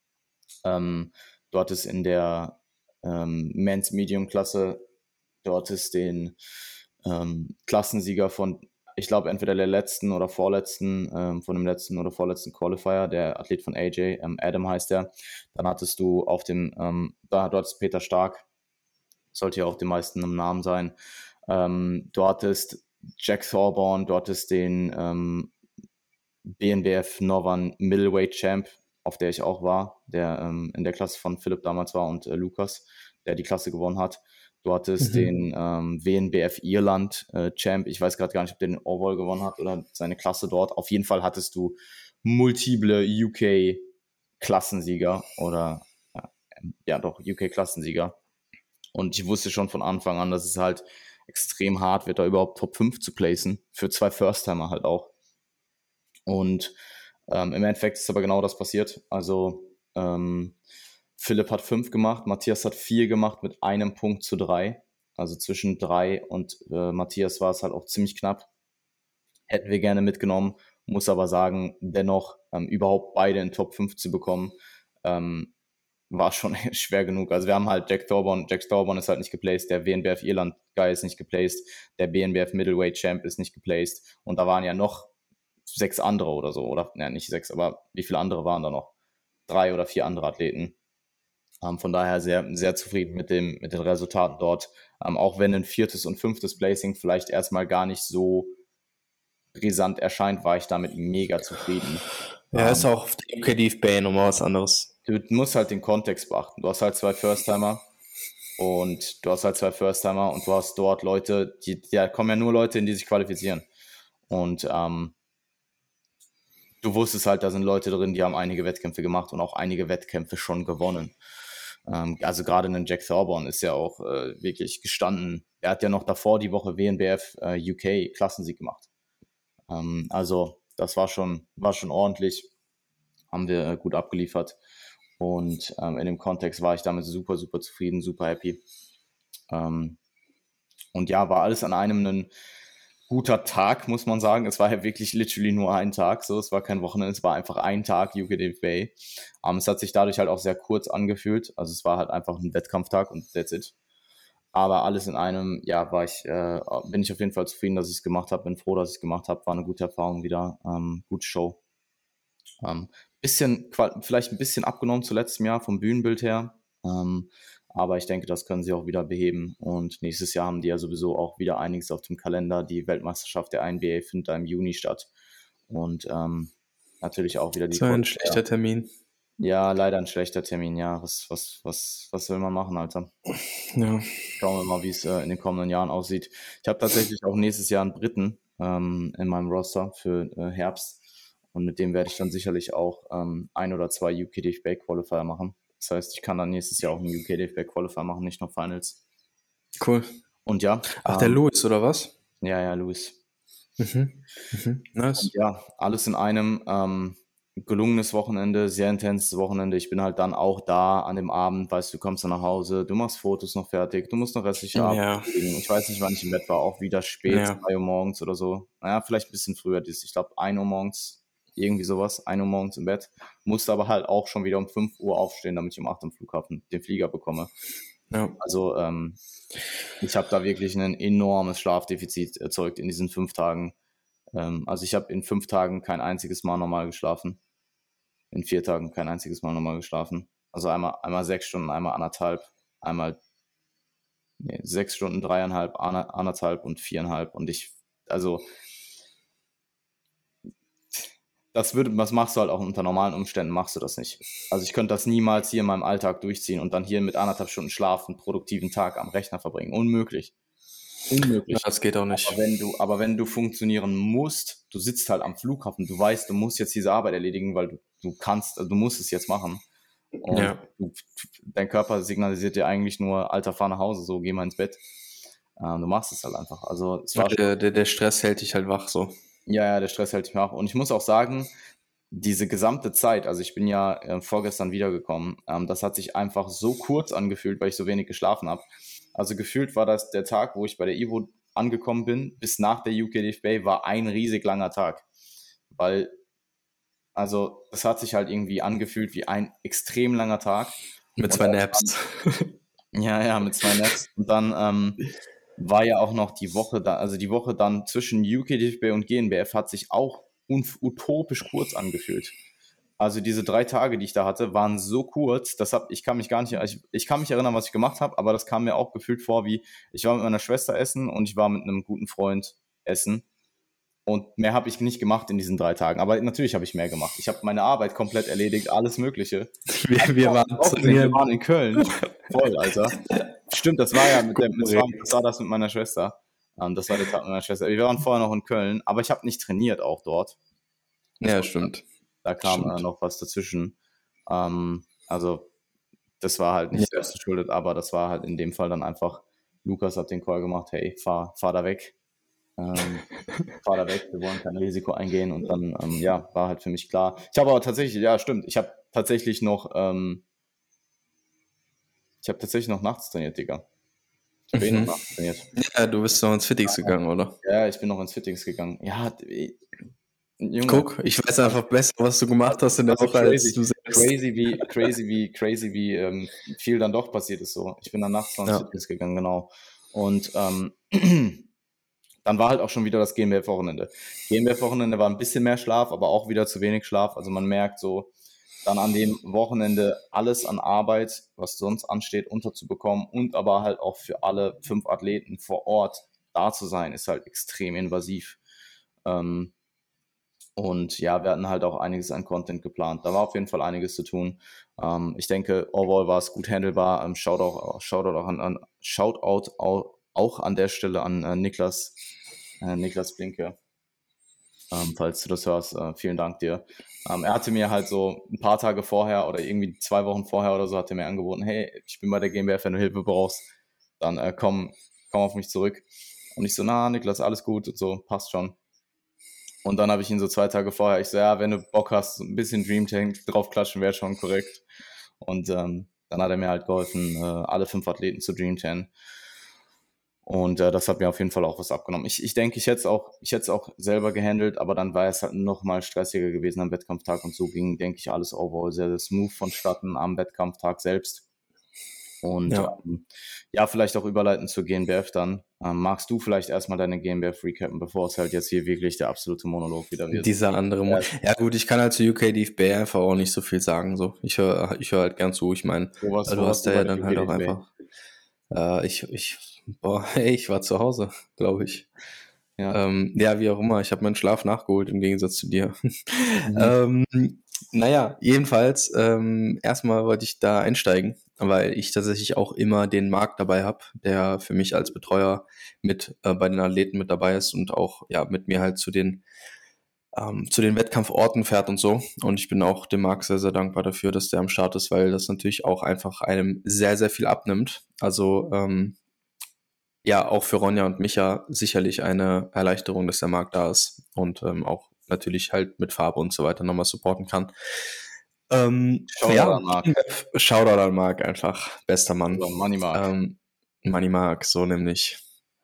Men's Medium Klasse, du hattest den Klassensieger von, ich glaube, entweder der letzten oder vorletzten, von dem letzten oder vorletzten Qualifier, der Athlet von AJ, Adam heißt der. Dann hattest du auf dem, du hattest Peter Stark, sollte ja auch den meisten im Namen sein. Du hattest Jack Thorburn, du hattest den BNBF Northern Middleweight Champ, auf der ich auch war, der in der Klasse von Philipp damals war und Lukas, der die Klasse gewonnen hat. Du hattest den WNBF Irland Champ, ich weiß gerade gar nicht, ob der den Overall gewonnen hat oder seine Klasse dort. Auf jeden Fall hattest du multiple UK-Klassensieger oder UK-Klassensieger. Und ich wusste schon von Anfang an, dass es halt extrem hart wird, da überhaupt Top 5 zu placen, für 2 First-Timer halt auch. Und im Endeffekt ist aber genau das passiert. Also Philipp hat 5 gemacht, Matthias hat 4 gemacht mit einem Punkt zu 3. Also zwischen 3 und Matthias war es halt auch ziemlich knapp. Hätten wir gerne mitgenommen, muss aber sagen, dennoch überhaupt beide in Top 5 zu bekommen, war schon schwer genug. Also wir haben halt Jack Thorburn ist halt nicht geplaced, der WNBF Irland Guy ist nicht geplaced, der BNBF Middleweight Champ ist nicht geplaced und da waren ja noch 6 andere oder so, oder nicht 6, aber wie viele andere waren da noch? 3 oder 4 andere Athleten. Von daher sehr, sehr zufrieden mit den Resultaten dort. Auch wenn ein 4. und 5. Placing vielleicht erstmal gar nicht so brisant erscheint, war ich damit mega zufrieden. Ja, ist auch auf der UKDFB nochmal was anderes. Du musst halt den Kontext beachten. Du hast halt 2 First-Timer und du hast dort Leute, da kommen ja nur Leute, in die sich qualifizieren. Und du wusstest halt, da sind Leute drin, die haben einige Wettkämpfe gemacht und auch einige Wettkämpfe schon gewonnen. Also gerade ein Jack Thorburn ist ja auch wirklich gestanden. Er hat ja noch davor die Woche WNBF UK Klassensieg gemacht. Also das war schon ordentlich. Haben wir gut abgeliefert. Und in dem Kontext war ich damit super, super zufrieden, super happy. Und ja, war alles an einem ein guter Tag, muss man sagen. Es war ja wirklich literally nur ein Tag, so. Es war kein Wochenende, es war einfach ein Tag UKDFB. Es hat sich dadurch halt auch sehr kurz angefühlt. Also es war halt einfach ein Wettkampftag und that's it. Aber alles in einem, ja, bin ich auf jeden Fall zufrieden, dass ich es gemacht habe. Bin froh, dass ich es gemacht habe. War eine gute Erfahrung wieder. Gute Show. Vielleicht ein bisschen abgenommen zu letztem Jahr vom Bühnenbild her. Aber ich denke, das können sie auch wieder beheben. Und nächstes Jahr haben die ja sowieso auch wieder einiges auf dem Kalender. Die Weltmeisterschaft der INBA findet da im Juni statt. Und natürlich auch wieder die. So ein schlechter Termin. Ja, leider ein schlechter Termin, ja. Was will man machen, Alter? Ja. Schauen wir mal, wie es in den kommenden Jahren aussieht. Ich habe tatsächlich auch nächstes Jahr einen Briten in meinem Roster für Herbst. Und mit dem werde ich dann sicherlich auch 1 oder 2 UKDFB Qualifier machen. Das heißt, ich kann dann nächstes Jahr auch einen UKDFB Qualifier machen, nicht nur Finals. Cool. Und ja. Ach, der Louis, oder was? Ja, Louis. Nice. Und ja, alles in einem gelungenes Wochenende, sehr intenses Wochenende. Ich bin halt dann auch da an dem Abend, weißt du, kommst dann nach Hause, du machst Fotos noch fertig, du musst noch restliche Arbeit kriegen. Ich weiß nicht, wann ich im Bett war, auch wieder spät, 3 Uhr morgens oder so. Naja, vielleicht ein bisschen früher, ich glaube 1 Uhr morgens, irgendwie sowas, 1 Uhr morgens im Bett. Musste aber halt auch schon wieder um 5 Uhr aufstehen, damit ich um 8 Uhr am Flughafen den Flieger bekomme. Ja. Also ich habe da wirklich ein enormes Schlafdefizit erzeugt in diesen 5 Tagen. Also ich habe in 5 Tagen kein einziges Mal normal geschlafen. In 4 Tagen kein einziges Mal normal geschlafen. Also einmal 6 Stunden, einmal 1,5, 6 Stunden, 3,5, 1,5 und 4,5. Und das machst du halt auch unter normalen Umständen, machst du das nicht. Also ich könnte das niemals hier in meinem Alltag durchziehen und dann hier mit 1,5 Stunden Schlaf einen produktiven Tag am Rechner verbringen. Unmöglich. Das geht auch nicht. Aber wenn du funktionieren musst, du sitzt halt am Flughafen, du weißt, du musst jetzt diese Arbeit erledigen, weil du musst es jetzt machen. Und dein Körper signalisiert dir eigentlich nur, Alter, fahr nach Hause, so, geh mal ins Bett. Du machst es halt einfach. Also es war der Stress hält dich halt wach, so. Ja, der Stress hält dich wach. Und ich muss auch sagen, diese gesamte Zeit, also ich bin ja vorgestern wiedergekommen, das hat sich einfach so kurz angefühlt, weil ich so wenig geschlafen habe. Also gefühlt war das der Tag, wo ich bei der Evo angekommen bin, bis nach der UK DFB war ein riesig langer Tag. Weil, also es hat sich halt irgendwie angefühlt wie ein extrem langer Tag. Mit 2 Naps. Ja, mit 2 Naps. Und dann war ja auch noch die Woche da, also die Woche dann zwischen UK DFB und GNBF hat sich auch utopisch kurz angefühlt. Also diese 3 Tage, die ich da hatte, waren so kurz, ich kann mich erinnern, was ich gemacht habe, aber das kam mir auch gefühlt vor, wie ich war mit meiner Schwester essen und ich war mit einem guten Freund essen. Und mehr habe ich nicht gemacht in diesen 3 Tagen. Aber natürlich habe ich mehr gemacht. Ich habe meine Arbeit komplett erledigt, alles Mögliche. Wir waren in Köln. Voll, Alter. Stimmt, das war das mit meiner Schwester. Das war der Tag mit meiner Schwester. Wir waren vorher noch in Köln, aber ich habe nicht trainiert auch dort. Ja, stimmt. Da kam noch was dazwischen. Also, das war halt nicht selbst geschuldet, aber das war halt in dem Fall dann einfach, Lukas hat den Call gemacht, hey, fahr da weg. Fahr da weg, wir wollen kein Risiko eingehen und dann, war halt für mich klar. Ich habe aber tatsächlich, ja, stimmt, ich habe tatsächlich noch nachts trainiert, Digga. Ich bin noch nachts trainiert. Ja, du bist noch ins Fittings gegangen, oder? Ja, ich bin noch ins Fittings gegangen. Ja, Junge, guck, ich weiß einfach besser, was du gemacht hast in der Woche, als du selbst. Crazy, wie viel dann doch passiert ist so. Ich bin dann nachts noch ins Fittings gegangen, genau. Und dann war halt auch schon wieder das GmbF-Wochenende. GmbF-Wochenende war ein bisschen mehr Schlaf, aber auch wieder zu wenig Schlaf. Also man merkt so, dann an dem Wochenende alles an Arbeit, was sonst ansteht, unterzubekommen und aber halt auch für alle 5 Athleten vor Ort da zu sein, ist halt extrem invasiv. Und ja, wir hatten halt auch einiges an Content geplant. Da war auf jeden Fall einiges zu tun. Ich denke, overall war es gut handelbar. Shoutout auch an der Stelle an Niklas Blinke. Falls du das hörst, vielen Dank dir. Er hatte mir halt so ein paar Tage vorher oder irgendwie 2 Wochen vorher oder so, hat er mir angeboten, hey, ich bin bei der GmbF, wenn du Hilfe brauchst, dann komm auf mich zurück. Und ich so, Niklas, alles gut und so, passt schon. Und dann habe ich ihn so 2 Tage vorher, ich so, ja, wenn du Bock hast, ein bisschen Dream Tank draufklatschen, wäre schon korrekt. Und dann hat er mir halt geholfen, alle 5 Athleten zu Dream 10. Und das hat mir auf jeden Fall auch was abgenommen. Ich denke, ich hätte es auch selber gehandelt, aber dann war es halt noch mal stressiger gewesen am Wettkampftag und so ging, denke ich, alles overall sehr, sehr smooth vonstatten am Wettkampftag selbst. Und vielleicht auch überleiten zur GNBF dann. Magst du vielleicht erstmal deine GNBF recappen, bevor es halt jetzt hier wirklich der absolute Monolog wieder wird? Dieser andere Ja gut, ich kann halt zu UK DFB einfach auch nicht so viel sagen. So. Ich höre halt gern zu. Ich meine, du hast da ja dann halt auch einfach... ich war zu Hause, glaube ich. Ja. Wie auch immer, ich habe meinen Schlaf nachgeholt, im Gegensatz zu dir. Jedenfalls, erstmal wollte ich da einsteigen, weil ich tatsächlich auch immer den Marc dabei habe, der für mich als Betreuer mit bei den Athleten mit dabei ist und auch mit mir halt zu den Wettkampforten fährt und so. Und ich bin auch dem Marc sehr, sehr dankbar dafür, dass der am Start ist, weil das natürlich auch einfach einem sehr, sehr viel abnimmt. Also auch für Ronja und Micha sicherlich eine Erleichterung, dass der Marc da ist und auch natürlich halt mit Farbe und so weiter nochmal supporten kann. Shoutout an Marc einfach. Bester Mann. Money Marc. Money Marc, so nämlich.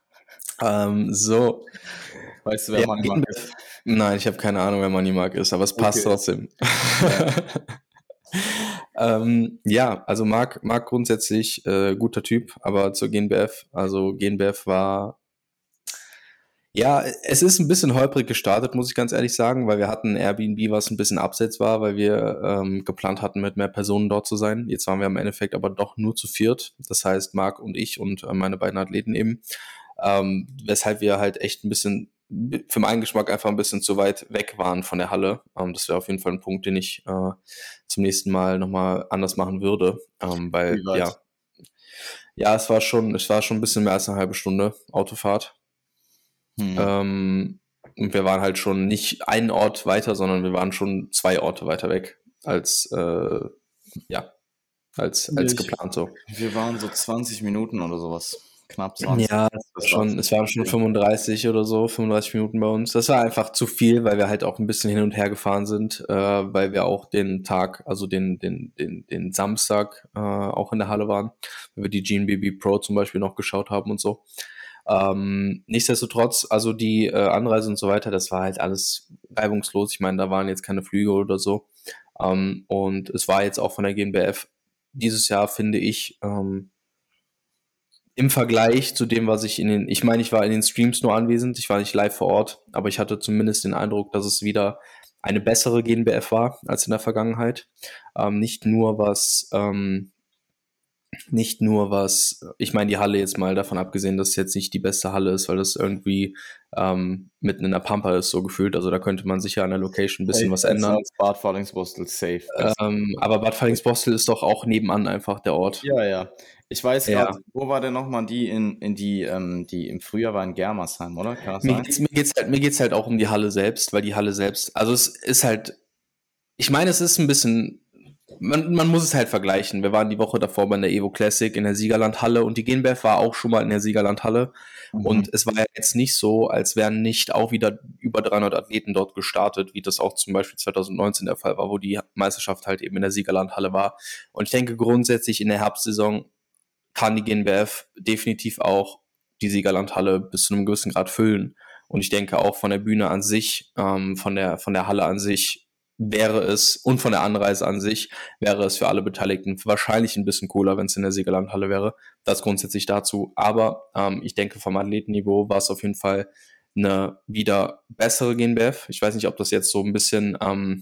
So. Weißt du, wer Money Marc ist? Nein, ich habe keine Ahnung, wer Money Marc ist, aber es passt trotzdem. Also Marc grundsätzlich guter Typ, aber zur GNBF, also GNBF war, es ist ein bisschen holprig gestartet, muss ich ganz ehrlich sagen, weil wir hatten ein Airbnb, was ein bisschen abseits war, weil wir geplant hatten, mit mehr Personen dort zu sein. Jetzt waren wir im Endeffekt aber doch nur zu 4, das heißt Marc und ich und meine beiden Athleten eben, weshalb wir halt echt ein bisschen für meinen Geschmack einfach ein bisschen zu weit weg waren von der Halle. Das wäre auf jeden Fall ein Punkt, den ich zum nächsten Mal nochmal anders machen würde, weil es war schon ein bisschen mehr als eine halbe Stunde Autofahrt. Und wir waren halt schon nicht einen Ort weiter, sondern wir waren schon 2 Orte weiter weg als geplant so. Wir waren so 20 Minuten oder sowas. knapp 20. Ja, es waren schon 35 oder so, 35 Minuten bei uns. Das war einfach zu viel, weil wir halt auch ein bisschen hin und her gefahren sind, weil wir auch den Tag, also den Samstag auch in der Halle waren, weil wir die GNBB Pro zum Beispiel noch geschaut haben und so. Nichtsdestotrotz, also die Anreise und so weiter, das war halt alles reibungslos. Ich meine, da waren jetzt keine Flüge oder so. Und es war jetzt auch von der GNBF dieses Jahr, finde ich, im Vergleich zu dem, was ich ich meine, ich war in den Streams nur anwesend, ich war nicht live vor Ort, aber ich hatte zumindest den Eindruck, dass es wieder eine bessere GNBF war als in der Vergangenheit. Nicht nur was, ich meine, die Halle jetzt mal davon abgesehen, dass es jetzt nicht die beste Halle ist, weil das irgendwie mitten in der Pampa ist, so gefühlt. Also da könnte man sicher an der Location ein bisschen was ändern. Als Bad Fallingsbostel safe. Aber Bad Fallingsbostel ist doch auch nebenan einfach der Ort. Ja. Ich weiß gerade, wo war denn nochmal die die im Frühjahr war in Germersheim, oder? Kann das sein? Mir geht's halt auch um die Halle selbst, weil die Halle selbst, also es ist halt, ich meine, es ist ein bisschen, man muss es halt vergleichen. Wir waren die Woche davor bei der Evo Classic in der Siegerlandhalle und die GNBF war auch schon mal in der Siegerlandhalle. Und es war ja jetzt nicht so, als wären nicht auch wieder über 300 Athleten dort gestartet, wie das auch zum Beispiel 2019 der Fall war, wo die Meisterschaft halt eben in der Siegerlandhalle war. Und ich denke grundsätzlich in der Herbstsaison kann die GNBF definitiv auch die Siegerlandhalle bis zu einem gewissen Grad füllen. Und ich denke auch von der Bühne an sich, von der Halle an sich, wäre es, und von der Anreise an sich, wäre es für alle Beteiligten wahrscheinlich ein bisschen cooler, wenn es in der Siegerlandhalle wäre. Das grundsätzlich dazu. Aber ich denke, vom Athletenniveau war es auf jeden Fall eine wieder bessere GNBF. Ich weiß nicht, ob das jetzt so ein bisschen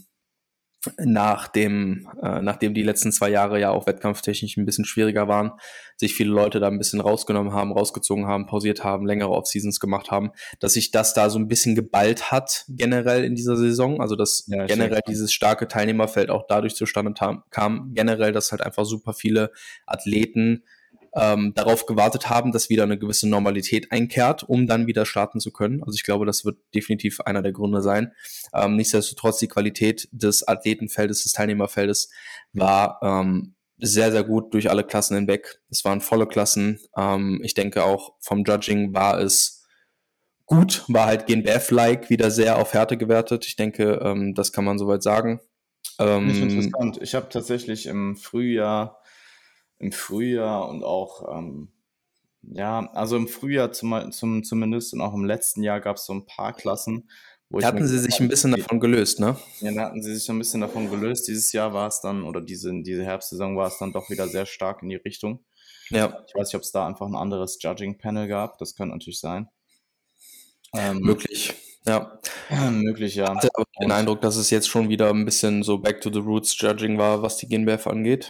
nachdem die letzten 2 Jahre ja auch wettkampftechnisch ein bisschen schwieriger waren, sich viele Leute da ein bisschen rausgezogen haben, pausiert haben, längere Off-Seasons gemacht haben, dass sich das da so ein bisschen geballt hat generell in dieser Saison, also dass generell dieses starke Teilnehmerfeld auch dadurch zustande kam, generell, dass halt einfach super viele Athleten darauf gewartet haben, dass wieder eine gewisse Normalität einkehrt, um dann wieder starten zu können. Also ich glaube, das wird definitiv einer der Gründe sein. Nichtsdestotrotz die Qualität des Athletenfeldes, des Teilnehmerfeldes war sehr, sehr gut durch alle Klassen hinweg. Es waren volle Klassen. Ich denke auch vom Judging war es gut, war halt GNBF-like, wieder sehr auf Härte gewertet. Ich denke, das kann man soweit sagen. Nicht interessant. Ich habe tatsächlich im Frühjahr und auch, also im Frühjahr zumindest und auch im letzten Jahr gab es so ein paar Klassen, wo da hatten sie sich ein bisschen davon gelöst, ne? Ja, da hatten sie sich so ein bisschen davon gelöst. Dieses Jahr war es dann, oder diese Herbstsaison war es dann doch wieder sehr stark in die Richtung. Ja. Ich weiß nicht, ob es da einfach ein anderes Judging-Panel gab. Das könnte natürlich sein. Möglich, ja. Möglich, ja. Ich hatte aber den Eindruck, dass es jetzt schon wieder ein bisschen so Back to the Roots Judging war, was die GNBF angeht.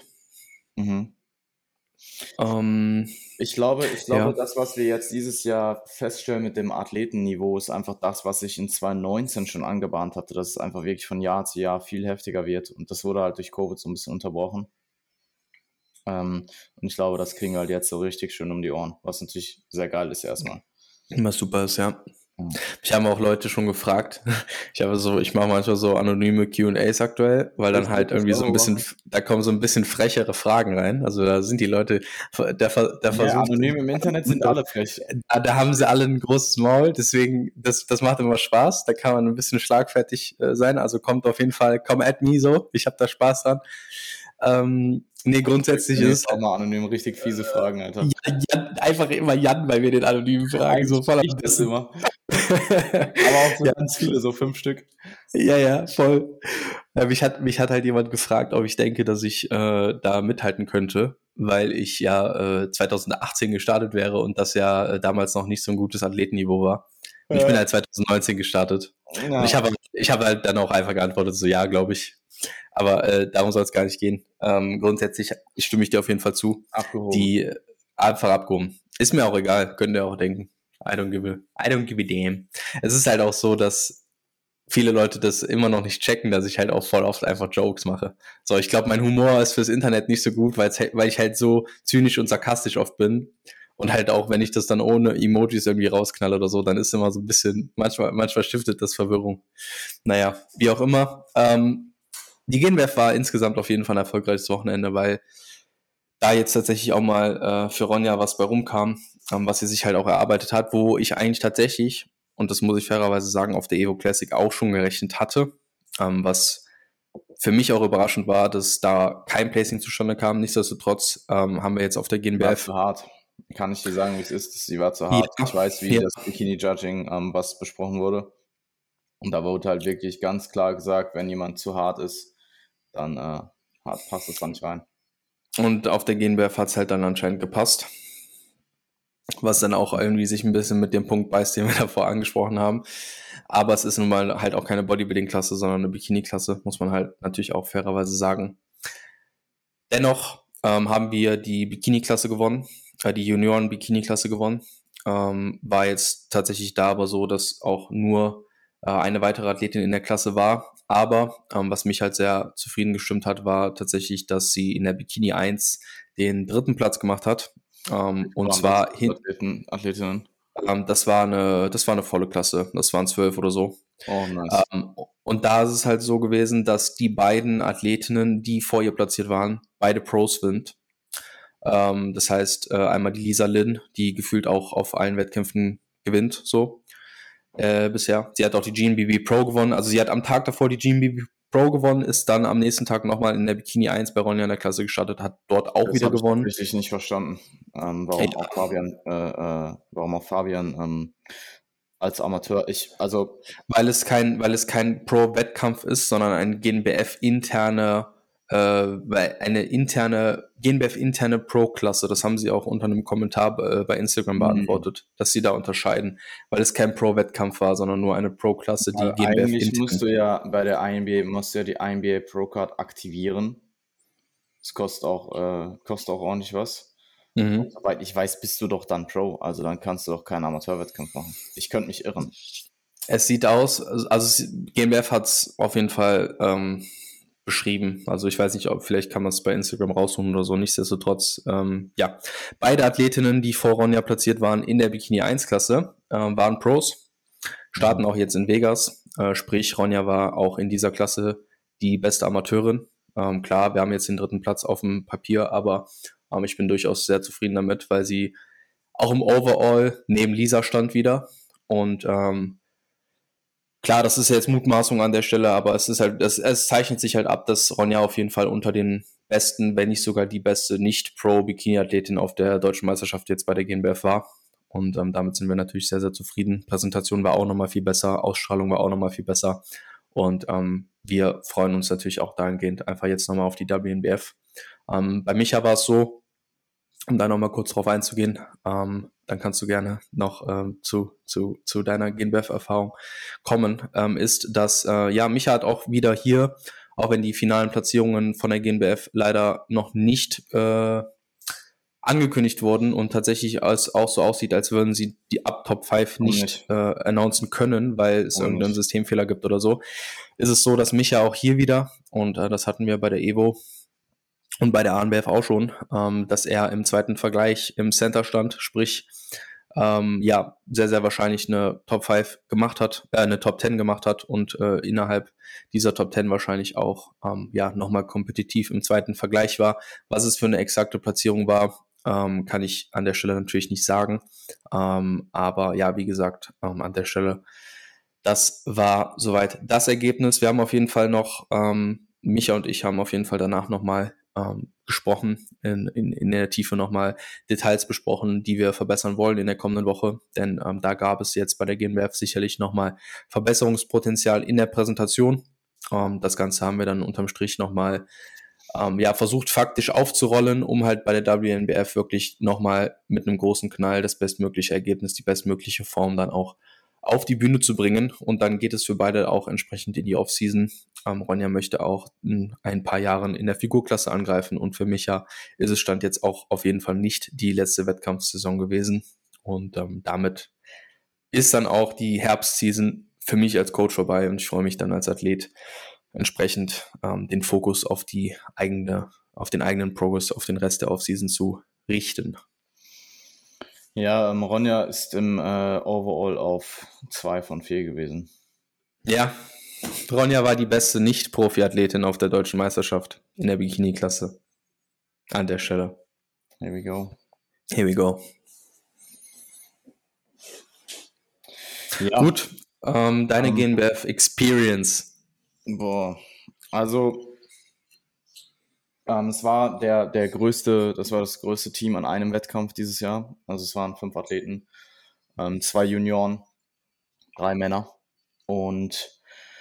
Ich glaube, das, was wir jetzt dieses Jahr feststellen mit dem Athletenniveau, ist einfach das, was sich in 2019 schon angebahnt hatte, dass es einfach wirklich von Jahr zu Jahr viel heftiger wird. Und das wurde halt durch Covid so ein bisschen unterbrochen. Und ich glaube, das kriegen wir halt jetzt so richtig schön um die Ohren, was natürlich sehr geil ist erstmal. Was super ist, ja. Mich haben auch Leute schon gefragt. Ich mache manchmal so anonyme Q&As aktuell, weil dann halt irgendwie so ein bisschen, da kommen so ein bisschen frechere Fragen rein. Also da sind die Leute, der versucht. Anonym im Internet sind alle frech. Da haben sie alle ein großes Maul, deswegen, das macht immer Spaß. Da kann man ein bisschen schlagfertig sein. Also kommt auf jeden Fall, come at me so. Ich habe da Spaß dran. Grundsätzlich ist es auch mal anonym richtig fiese Fragen, Alter. Jan, einfach immer Jan, weil wir den anonymen Fragen so voll ich das immer. Aber auch so ganz viele, so 5 Stück. Ja, voll. Mich hat halt jemand gefragt, ob ich denke, dass ich da mithalten könnte, weil ich ja 2018 gestartet wäre und das ja damals noch nicht so ein gutes Athletenniveau war. Und ich bin halt 2019 gestartet. Ja. Und ich habe halt dann auch einfach geantwortet, so ja, glaube ich. Aber darum soll es gar nicht gehen. Grundsätzlich stimme ich dir auf jeden Fall zu. Abgehoben. Einfach abgehoben. Ist mir auch egal, könnt ihr auch denken. I don't give a damn. Es ist halt auch so, dass viele Leute das immer noch nicht checken, dass ich halt auch voll oft einfach Jokes mache. So, ich glaube, mein Humor ist fürs Internet nicht so gut, weil ich halt so zynisch und sarkastisch oft bin. Und halt auch, wenn ich das dann ohne Emojis irgendwie rausknalle oder so, dann ist immer so ein bisschen, manchmal stiftet das Verwirrung. Naja, wie auch immer. Die GNBF war insgesamt auf jeden Fall ein erfolgreiches Wochenende, weil da jetzt tatsächlich auch mal für Ronja was bei rumkam, was sie sich halt auch erarbeitet hat, wo ich eigentlich tatsächlich, und das muss ich fairerweise sagen, auf der Evo Classic auch schon gerechnet hatte, was für mich auch überraschend war, dass da kein Placing zustande kam. Nichtsdestotrotz haben wir jetzt auf der GNBF... War zu hart. Kann ich dir sagen, wie es ist? Sie war zu hart. Ja. Ich weiß, wie das Bikini-Judging, was besprochen wurde. Und da wurde halt wirklich ganz klar gesagt, wenn jemand zu hart ist, dann passt das da nicht rein. Und auf der GNBF hat es halt dann anscheinend gepasst. Was dann auch irgendwie sich ein bisschen mit dem Punkt beißt, den wir davor angesprochen haben. Aber es ist nun mal halt auch keine Bodybuilding-Klasse, sondern eine Bikini-Klasse, muss man halt natürlich auch fairerweise sagen. Dennoch haben wir die Bikini-Klasse gewonnen, die Junioren-Bikini-Klasse gewonnen. War jetzt tatsächlich da aber so, dass auch nur eine weitere Athletin in der Klasse war. Aber was mich halt sehr zufrieden gestimmt hat, war tatsächlich, dass sie in der Bikini 1 den 3. Platz gemacht hat. Und zwar Athletinnen. Das war eine volle Klasse. Das waren 12 oder so. Oh, nice. Und da ist es halt so gewesen, dass die beiden Athletinnen, die vor ihr platziert waren, beide Pros sind. Das heißt, einmal die Lisa Lin, die gefühlt auch auf allen Wettkämpfen gewinnt, so bisher. Sie hat auch die GNBB Pro gewonnen. Also sie hat am Tag davor die GNBB Pro gewonnen, ist dann am nächsten Tag nochmal in der Bikini 1 bei Ronja in der Klasse gestartet, hat dort auch das wieder gewonnen. Das habe ich nicht verstanden. Warum auch Fabian als Amateur. Weil es kein Pro-Wettkampf ist, sondern ein GNBF-interne GNBF-interne Pro-Klasse. Das haben sie auch unter einem Kommentar bei Instagram beantwortet, dass sie da unterscheiden, weil es kein Pro-Wettkampf war, sondern nur eine Pro-Klasse, die GNBF eigentlich musst du ja bei der INBA, die INBA Pro-Card aktivieren. Das kostet auch ordentlich was. Und soweit ich weiß, bist du doch dann Pro, also dann kannst du doch keinen Amateurwettkampf machen. Ich könnte mich irren. Es sieht aus, also GNBF hat es auf jeden Fall beschrieben. Also ich weiß nicht, vielleicht kann man es bei Instagram rausholen oder so. Nichtsdestotrotz, ja, beide Athletinnen, die vor Ronja platziert waren in der Bikini 1 Klasse, waren Pros, starten auch jetzt in Vegas. Sprich, Ronja war auch in dieser Klasse die beste Amateurin. Klar, wir haben jetzt den 3. Platz auf dem Papier, aber ich bin durchaus sehr zufrieden damit, weil sie auch im Overall neben Lisa stand wieder. Und klar, das ist jetzt Mutmaßung an der Stelle, aber es zeichnet sich halt ab, dass Ronja auf jeden Fall unter den besten, wenn nicht sogar die beste Nicht-Pro-Bikini-Athletin auf der deutschen Meisterschaft jetzt bei der GNBF war. Und damit sind wir natürlich sehr, sehr zufrieden. Präsentation war auch nochmal viel besser, Ausstrahlung war auch nochmal viel besser. Und wir freuen uns natürlich auch dahingehend einfach jetzt nochmal auf die WNBF. Bei Micha war es so, um da nochmal kurz drauf einzugehen, dann kannst du gerne noch zu deiner GNBF-Erfahrung kommen, ist, dass Micha hat auch wieder hier, auch wenn die finalen Platzierungen von der GNBF leider noch nicht angekündigt wurden und tatsächlich es auch so aussieht, als würden sie die Top 5 nicht announcen können, weil es irgendeinen Systemfehler gibt oder so, ist es so, dass Micha auch hier wieder, und das hatten wir bei der Evo und bei der ANBF auch schon, dass er im zweiten Vergleich im Center stand, sprich sehr, sehr wahrscheinlich eine Top 5 gemacht hat, eine Top 10 gemacht hat und innerhalb dieser Top 10 wahrscheinlich auch nochmal kompetitiv im zweiten Vergleich war. Was es für eine exakte Platzierung war, kann ich an der Stelle natürlich nicht sagen. Aber ja, wie gesagt, an der Stelle, das war soweit das Ergebnis. Wir haben auf jeden Fall noch, Micha und ich haben auf jeden Fall danach nochmal gesprochen, in der Tiefe nochmal Details besprochen, die wir verbessern wollen in der kommenden Woche, denn da gab es jetzt bei der GNBF sicherlich nochmal Verbesserungspotenzial in der Präsentation. Das Ganze haben wir dann unterm Strich nochmal versucht faktisch aufzurollen, um halt bei der WNBF wirklich nochmal mit einem großen Knall das bestmögliche Ergebnis, die bestmögliche Form dann auch auf die Bühne zu bringen, und dann geht es für beide auch entsprechend in die Offseason. Ronja möchte auch in ein paar Jahren in der Figurklasse angreifen, und für Micha ist es Stand jetzt auch auf jeden Fall nicht die letzte Wettkampfsaison gewesen, und damit ist dann auch die Herbstseason für mich als Coach vorbei, und ich freue mich dann als Athlet entsprechend den Fokus auf den eigenen Progress, auf den Rest der Offseason zu richten. Ja, Ronja ist im Overall auf 2 von 4 gewesen. Ja, Ronja war die beste Nicht-Profi-Athletin auf der deutschen Meisterschaft in der Bikini-Klasse. An der Stelle. Here we go. Here we go. Ja. Gut, deine GNBF Experience. Boah, also es war das war das größte Team an einem Wettkampf dieses Jahr. Also es waren 5 Athleten, 2 Junioren, 3 Männer. Und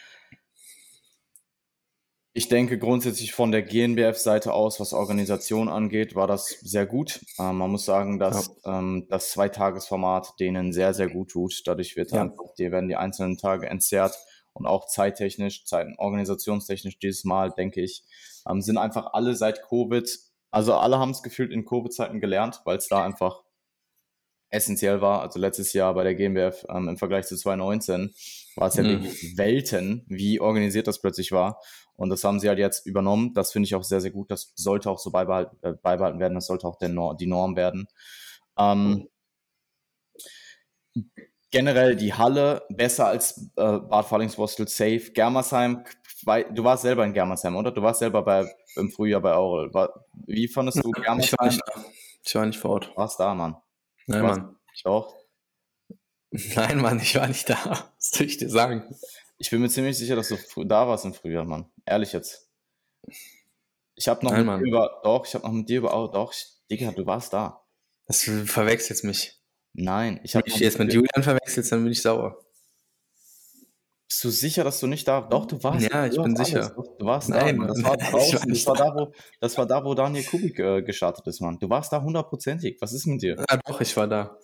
ich denke grundsätzlich von der GNBF-Seite aus, was Organisation angeht, war das sehr gut. Man muss sagen, dass das Zweitagesformat denen sehr, sehr gut tut. Dadurch werden die einzelnen Tage entzerrt und auch organisationstechnisch dieses Mal, denke ich, sind einfach alle seit Covid, also alle haben es gefühlt in Covid-Zeiten gelernt, weil es da einfach essentiell war. Also letztes Jahr bei der GmbF im Vergleich zu 2019 war es ja wirklich Welten, wie organisiert das plötzlich war. Und das haben sie halt jetzt übernommen. Das finde ich auch sehr, sehr gut. Das sollte auch so beibehalten werden. Das sollte auch die Norm werden. Generell die Halle besser als Bad Fallingsbostel, safe. Germersheim, du warst selber in Germersheim, oder? Du warst selber im Frühjahr bei Aurel. Wie fandest du Germersheim? Ich war nicht vor Ort. Warst da, Mann? Nein, Mann. Ich auch. Nein, Mann, ich war nicht da. Was soll ich dir sagen? Ich bin mir ziemlich sicher, dass du da warst im Frühjahr, Mann. Ehrlich jetzt. Ich habe noch mit dir Digga, du warst da. Du verwechselst mich. Nein, Wenn du jetzt mit Julian verwechselst, dann bin ich sauer. Bist du sicher, dass du nicht da? Doch, du warst. Ja, ich bin sicher. Du warst da. Mann. Das war draußen. Das war da, wo Daniel Kubik gestartet ist, Mann. Du warst da 100%ig. Was ist mit dir? Ja, doch, ich war da.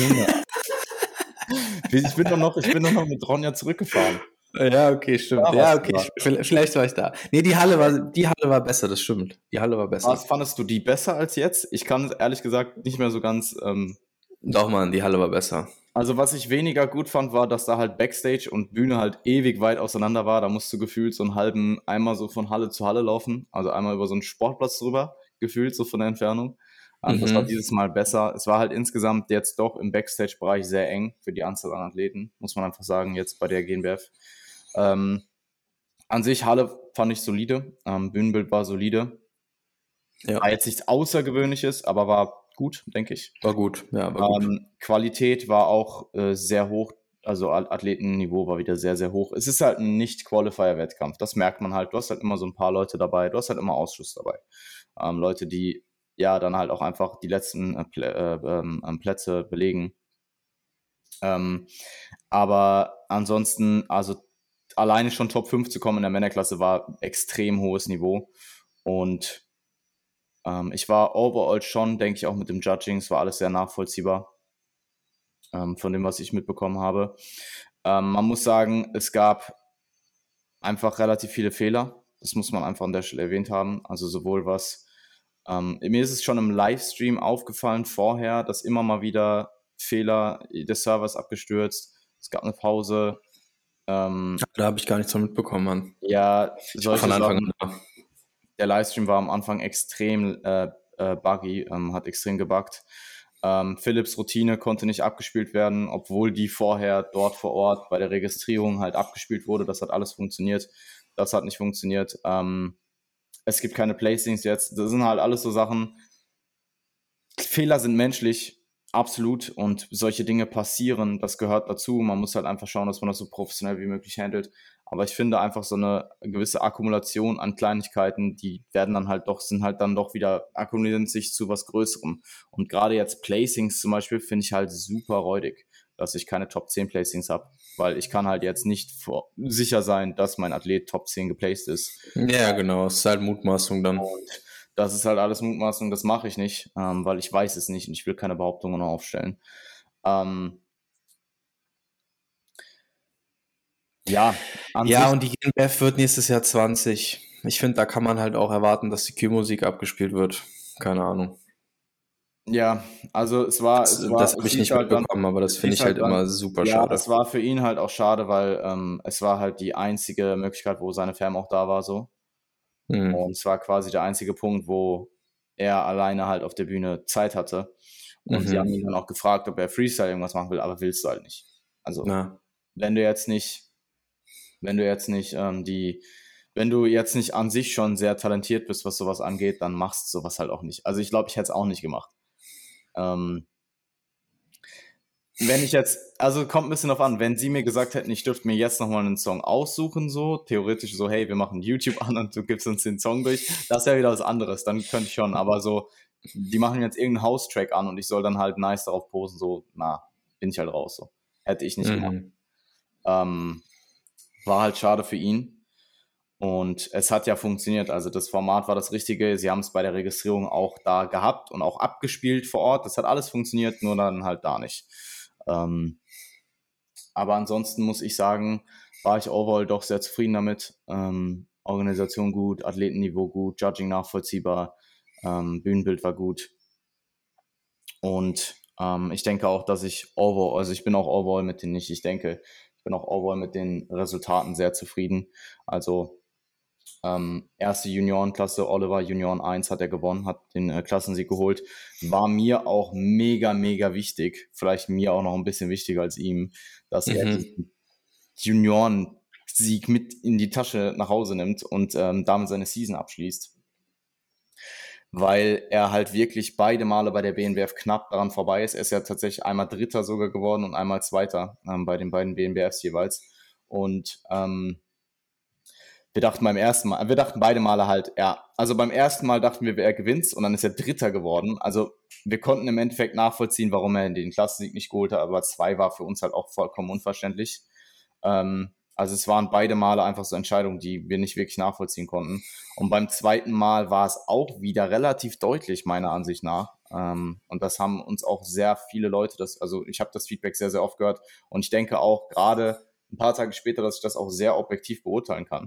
Ich bin doch noch mit Ronja zurückgefahren. Ja, okay, stimmt. Ja, okay, vielleicht war ich da. Nee, die Halle war besser, das stimmt. Die Halle war besser. Was fandest du die besser als jetzt? Ich kann ehrlich gesagt nicht mehr so ganz. Doch, Mann, die Halle war besser. Also was ich weniger gut fand, war, dass da halt Backstage und Bühne halt ewig weit auseinander war. Da musst du gefühlt so einen halben einmal so von Halle zu Halle laufen. Also einmal über so einen Sportplatz drüber, gefühlt so von der Entfernung. Das war dieses Mal besser. Es war halt insgesamt jetzt doch im Backstage-Bereich sehr eng für die Anzahl an Athleten, muss man einfach sagen, jetzt bei der GNBF. An sich, Halle fand ich solide. Bühnenbild war solide. Ja. War jetzt nichts Außergewöhnliches, aber war gut, denke ich. War gut, ja, war gut. Qualität war auch sehr hoch, also Athletenniveau war wieder sehr, sehr hoch. Es ist halt ein Nicht-Qualifier-Wettkampf, das merkt man halt. Du hast halt immer so ein paar Leute dabei, du hast halt immer Ausschuss dabei. Leute, die ja dann halt auch einfach die letzten Plätze belegen. Aber ansonsten, also alleine schon Top 5 zu kommen in der Männerklasse war extrem hohes Niveau. Und ich war overall schon, denke ich, auch mit dem Judging, es war alles sehr nachvollziehbar von dem, was ich mitbekommen habe. Man muss sagen, es gab einfach relativ viele Fehler. Das muss man einfach an der Stelle erwähnt haben. Also sowohl mir ist es schon im Livestream aufgefallen vorher, dass immer mal wieder Fehler des Servers abgestürzt. Es gab eine Pause. Da habe ich gar nichts von mitbekommen, Mann. Ja, von Anfang an. Der Livestream war am Anfang extrem buggy, hat extrem gebuggt. Philips Routine konnte nicht abgespielt werden, obwohl die vorher dort vor Ort bei der Registrierung halt abgespielt wurde. Das hat alles funktioniert. Das hat nicht funktioniert. Es gibt keine Placings jetzt. Das sind halt alles so Sachen. Fehler sind menschlich, absolut. Und solche Dinge passieren. Das gehört dazu. Man muss halt einfach schauen, dass man das so professionell wie möglich handelt. Aber ich finde einfach so eine gewisse Akkumulation an Kleinigkeiten, die akkumulieren sich zu was Größerem. Und gerade jetzt Placings zum Beispiel finde ich halt super räudig, dass ich keine Top 10 Placings habe, weil ich kann halt jetzt nicht sicher sein, dass mein Athlet Top 10 geplaced ist. Ja, genau, es ist halt Mutmaßung dann. Und das ist halt alles Mutmaßung, das mache ich nicht, weil ich weiß es nicht und ich will keine Behauptungen aufstellen. Und die GNBF wird nächstes Jahr 20. Ich finde, da kann man halt auch erwarten, dass die Q-Musik abgespielt wird. Keine Ahnung. Ja, also es war das habe ich nicht mitbekommen, aber das finde ich halt immer super schade. Ja, es war für ihn halt auch schade, weil es war halt die einzige Möglichkeit, wo seine Fam auch da war, so. Und es war quasi der einzige Punkt, wo er alleine halt auf der Bühne Zeit hatte. Und sie haben ihn dann auch gefragt, ob er Freestyle irgendwas machen will, aber willst du halt nicht. Also, wenn du jetzt nicht die wenn du jetzt nicht an sich schon sehr talentiert bist, was sowas angeht, dann machst du sowas halt auch nicht. Also ich glaube, ich hätte es auch nicht gemacht. Wenn ich jetzt, also kommt ein bisschen drauf an, wenn sie mir gesagt hätten, ich dürfte mir jetzt nochmal einen Song aussuchen, so, theoretisch so, hey, wir machen YouTube an und du gibst uns den Song durch, das ist ja wieder was anderes, dann könnte ich schon, aber so, die machen jetzt irgendeinen House-Track an und ich soll dann halt nice darauf posen, so, bin ich halt raus, so. Hätte ich nicht gemacht. War halt schade für ihn und es hat ja funktioniert, also das Format war das Richtige, sie haben es bei der Registrierung auch da gehabt und auch abgespielt vor Ort, das hat alles funktioniert, nur dann halt da nicht. Aber ansonsten muss ich sagen, war ich overall doch sehr zufrieden damit. Organisation gut, Athletenniveau gut, Judging nachvollziehbar, Bühnenbild war gut. Und ich denke auch, dass ich overall, also ich bin auch overall mit den, ich denke, ich bin auch overall mit den Resultaten sehr zufrieden. Also erste Juniorenklasse, Oliver Junioren 1 hat er gewonnen, hat den Klassensieg geholt. War mir auch mega, mega wichtig, vielleicht mir auch noch ein bisschen wichtiger als ihm, dass er diesen Juniorensieg mit in die Tasche nach Hause nimmt und damit seine Season abschließt. Weil er halt wirklich beide Male bei der BNBF knapp daran vorbei ist. Er ist ja tatsächlich einmal Dritter sogar geworden und einmal Zweiter bei den beiden BNBFs jeweils. Und wir dachten beide Male halt, also beim ersten Mal dachten wir, er gewinnt und dann ist er Dritter geworden. Also wir konnten im Endeffekt nachvollziehen, warum er den Klassensieg nicht geholt hat, aber 2 war für uns halt auch vollkommen unverständlich. Also es waren beide Male einfach so Entscheidungen, die wir nicht wirklich nachvollziehen konnten. Und beim zweiten Mal war es auch wieder relativ deutlich, meiner Ansicht nach. Und das haben uns auch sehr viele Leute, also ich habe das Feedback sehr, sehr oft gehört. Und ich denke auch gerade ein paar Tage später, dass ich das auch sehr objektiv beurteilen kann.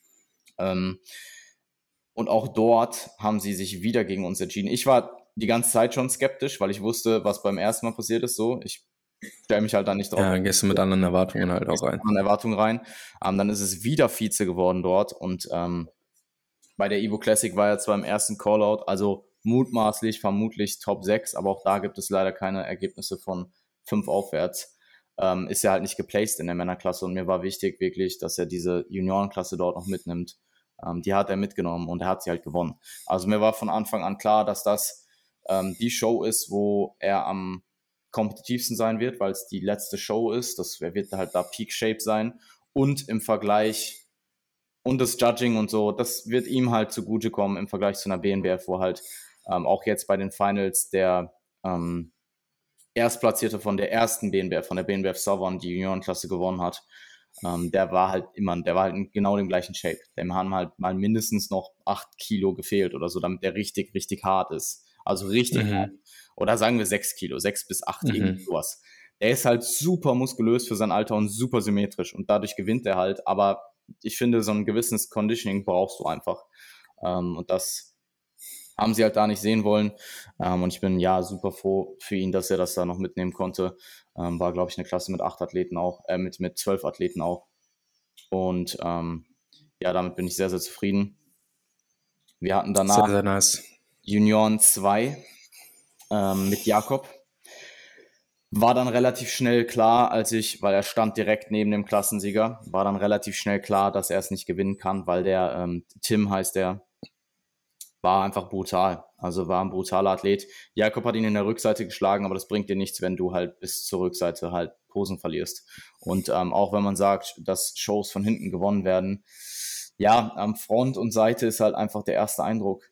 Und auch dort haben sie sich wieder gegen uns entschieden. Ich war die ganze Zeit schon skeptisch, weil ich wusste, was beim ersten Mal passiert ist. So, ich stelle mich halt da nicht drauf. Ja, gehst du mit anderen Erwartungen halt auch rein. Dann ist es wieder Vize geworden dort und bei der Evo Classic war er zwar im ersten Callout, also vermutlich Top 6, aber auch da gibt es leider keine Ergebnisse von 5 aufwärts. Ist er halt nicht geplaced in der Männerklasse und mir war wichtig wirklich, dass er diese Juniorenklasse dort noch mitnimmt. Die hat er mitgenommen und er hat sie halt gewonnen. Also mir war von Anfang an klar, dass das die Show ist, wo er am kompetitivsten sein wird, weil es die letzte Show ist. Er wird halt da Peak Shape sein und im Vergleich und das Judging und so, das wird ihm halt zugutekommen im Vergleich zu einer BNBF, wo halt auch jetzt bei den Finals der Erstplatzierte von der ersten BNBF, von der BNBF Southern, die Juniorenklasse gewonnen hat, der war halt in genau dem gleichen Shape. Dem haben halt mal mindestens noch 8 Kilo gefehlt oder so, damit der richtig, richtig hart ist. Also richtig hart. Oder sagen wir 6 Kilo, 6 bis 8, irgendwas. Der ist halt super muskulös für sein Alter und super symmetrisch und dadurch gewinnt er halt, aber ich finde, so ein gewisses Conditioning brauchst du einfach. Und das haben sie halt da nicht sehen wollen. Und ich bin super froh für ihn, dass er das da noch mitnehmen konnte. War, glaube ich, eine Klasse mit 8 Athleten auch, mit 12 Athleten auch. Und damit bin ich sehr, sehr zufrieden. Wir hatten danach sehr, sehr nice. Junioren 2 mit Jakob. War dann relativ schnell klar, weil er stand direkt neben dem Klassensieger, war dann relativ schnell klar, dass er es nicht gewinnen kann, weil der Tim heißt der, war einfach brutal. Also war ein brutaler Athlet. Jakob hat ihn in der Rückseite geschlagen, aber das bringt dir nichts, wenn du halt bis zur Rückseite halt Posen verlierst. Und auch wenn man sagt, dass Shows von hinten gewonnen werden, Front und Seite ist halt einfach der erste Eindruck.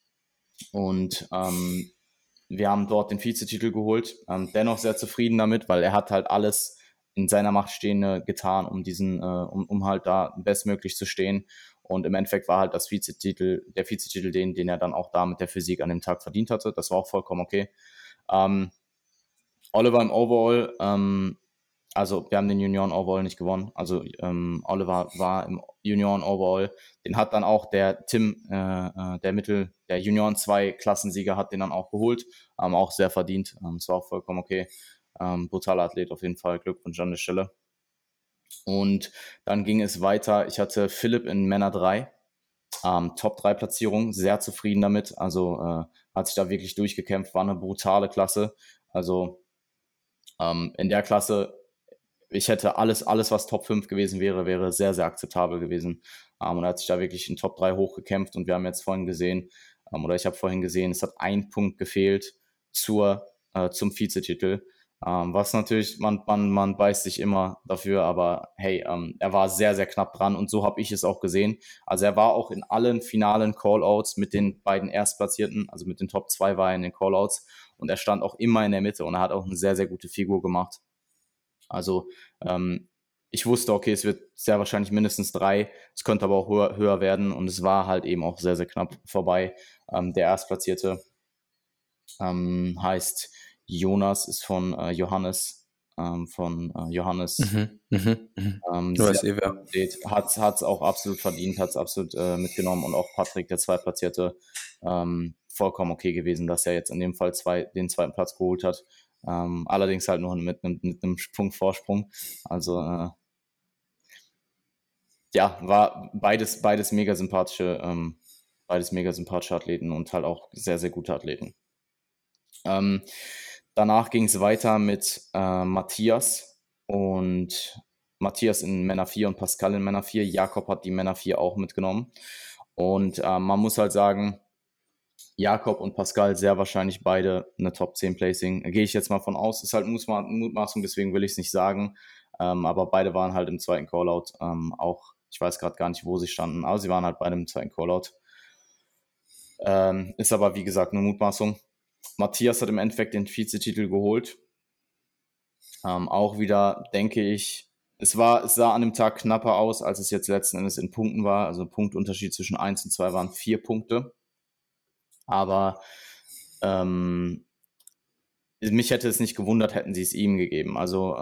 Und wir haben dort den Vizetitel geholt, dennoch sehr zufrieden damit, weil er hat halt alles in seiner Macht Stehende getan, um halt da bestmöglich zu stehen. Und im Endeffekt war halt der Vizetitel, den er dann auch da mit der Physik an dem Tag verdient hatte. Das war auch vollkommen okay. Oliver im Overall, also wir haben den Junioren-Overall nicht gewonnen. Also Oliver war im Junioren-Overall. Den hat dann auch der Tim, der Junioren 2 Klassensieger hat den dann auch geholt. Auch sehr verdient. Es war auch vollkommen okay. Brutaler Athlet auf jeden Fall. Glückwunsch an der Stelle. Und dann ging es weiter. Ich hatte Philipp in Männer 3. Top 3 Platzierung. Sehr zufrieden damit. Also hat sich da wirklich durchgekämpft. War eine brutale Klasse. Also in der Klasse ich hätte alles, was Top 5 gewesen wäre sehr, sehr akzeptabel gewesen. Und er hat sich da wirklich in Top 3 hochgekämpft und wir haben jetzt vorhin gesehen, oder ich habe vorhin gesehen, es hat ein Punkt gefehlt zum Vizetitel. Was natürlich, man beißt sich immer dafür, aber hey, er war sehr, sehr knapp dran und so habe ich es auch gesehen. Also er war auch in allen finalen Callouts mit den beiden Erstplatzierten, also mit den Top 2 war er in den Callouts und er stand auch immer in der Mitte und er hat auch eine sehr, sehr gute Figur gemacht. Also ich wusste, okay, es wird sehr wahrscheinlich mindestens 3, es könnte aber auch höher werden und es war halt eben auch sehr, sehr knapp vorbei. Der Erstplatzierte heißt Jonas, ist von Johannes, hat es auch absolut verdient, hat es absolut mitgenommen und auch Patrick, der Zweitplatzierte, vollkommen okay gewesen, dass er jetzt in dem Fall den zweiten Platz geholt hat. Allerdings halt nur mit einem Punkt Vorsprung. Also ja, war beides mega sympathische Athleten und halt auch sehr, sehr gute Athleten. Danach ging es weiter mit Matthias und Matthias in Männer 4 und Pascal in Männer 4. Jakob hat die Männer 4 auch mitgenommen. Und man muss halt sagen, Jakob und Pascal sehr wahrscheinlich beide eine Top 10 Placing. Gehe ich jetzt mal von aus. Ist halt Mutmaßung, deswegen will ich es nicht sagen. Aber beide waren halt im zweiten Callout. Auch, ich weiß gerade gar nicht, wo sie standen, aber sie waren halt beide im zweiten Callout. Ist aber, wie gesagt, eine Mutmaßung. Matthias hat im Endeffekt den Vizetitel geholt. Auch wieder, denke ich, es sah an dem Tag knapper aus, als es jetzt letzten Endes in Punkten war. Also Punktunterschied zwischen 1 und 2 waren 4 Punkte. Aber mich hätte es nicht gewundert, hätten sie es ihm gegeben. Also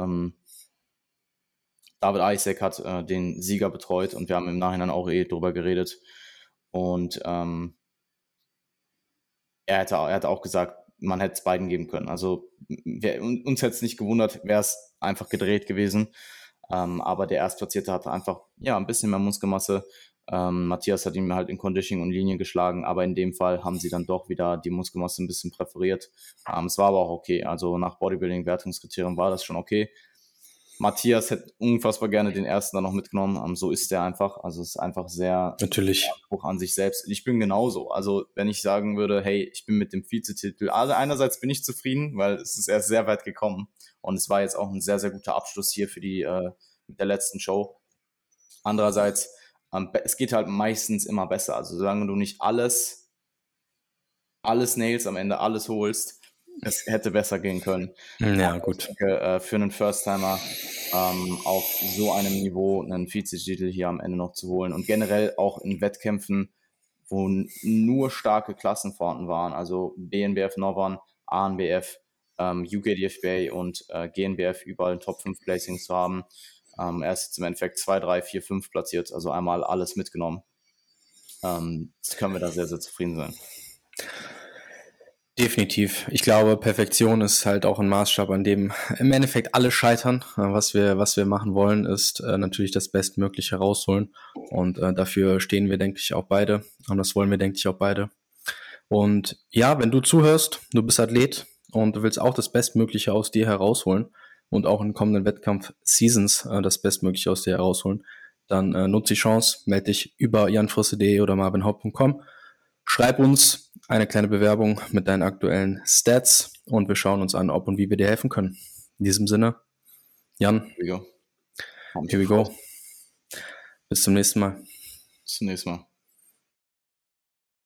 David Isaac hat den Sieger betreut und wir haben im Nachhinein auch drüber geredet. Und er hätte auch gesagt, man hätte es beiden geben können. Also uns hätte es nicht gewundert, wäre es einfach gedreht gewesen. Aber der Erstplatzierte hatte einfach ein bisschen mehr Muskelmasse. Matthias hat ihn halt in Conditioning und Linien geschlagen, aber in dem Fall haben sie dann doch wieder die Muskelmasse ein bisschen präferiert. Es war aber auch okay. Also nach Bodybuilding-Wertungskriterien war das schon okay. Matthias hätte unfassbar gerne den ersten dann noch mitgenommen. So ist er einfach. Also es ist einfach sehr hoch an sich selbst. Ich bin genauso. Also wenn ich sagen würde, hey, ich bin mit dem Vizetitel, also einerseits bin ich zufrieden, weil es ist erst sehr weit gekommen und es war jetzt auch ein sehr, sehr guter Abschluss hier für mit der letzten Show. Andererseits, es geht halt meistens immer besser. Also solange du nicht alles nailst, am Ende alles holst, es hätte besser gehen können. Ja, gut. Ich denke, für einen First-Timer auf so einem Niveau einen Vizetitel hier am Ende noch zu holen und generell auch in Wettkämpfen, wo nur starke Klassen vorhanden waren, also BNBF Northern, ANBF, UKDFBA und GNBF überall Top 5 Placings zu haben. Er ist jetzt im Endeffekt 2, 3, 4, 5 platziert, also einmal alles mitgenommen. Jetzt können wir da sehr, sehr zufrieden sein. Definitiv. Ich glaube, Perfektion ist halt auch ein Maßstab, an dem im Endeffekt alle scheitern. Was wir machen wollen, ist natürlich das Bestmögliche rausholen. Und dafür stehen wir, denke ich, auch beide. Und das wollen wir, denke ich, auch beide. Und ja, wenn du zuhörst, du bist Athlet und du willst auch das Bestmögliche aus dir herausholen und auch in kommenden Wettkampf-Seasons das Bestmögliche aus dir herausholen, dann nutze die Chance, melde dich über janfrisse.de oder marvinhaupt.com. Schreib uns eine kleine Bewerbung mit deinen aktuellen Stats und wir schauen uns an, ob und wie wir dir helfen können. In diesem Sinne, Jan, here we go. Bis zum nächsten Mal. Bis zum nächsten Mal.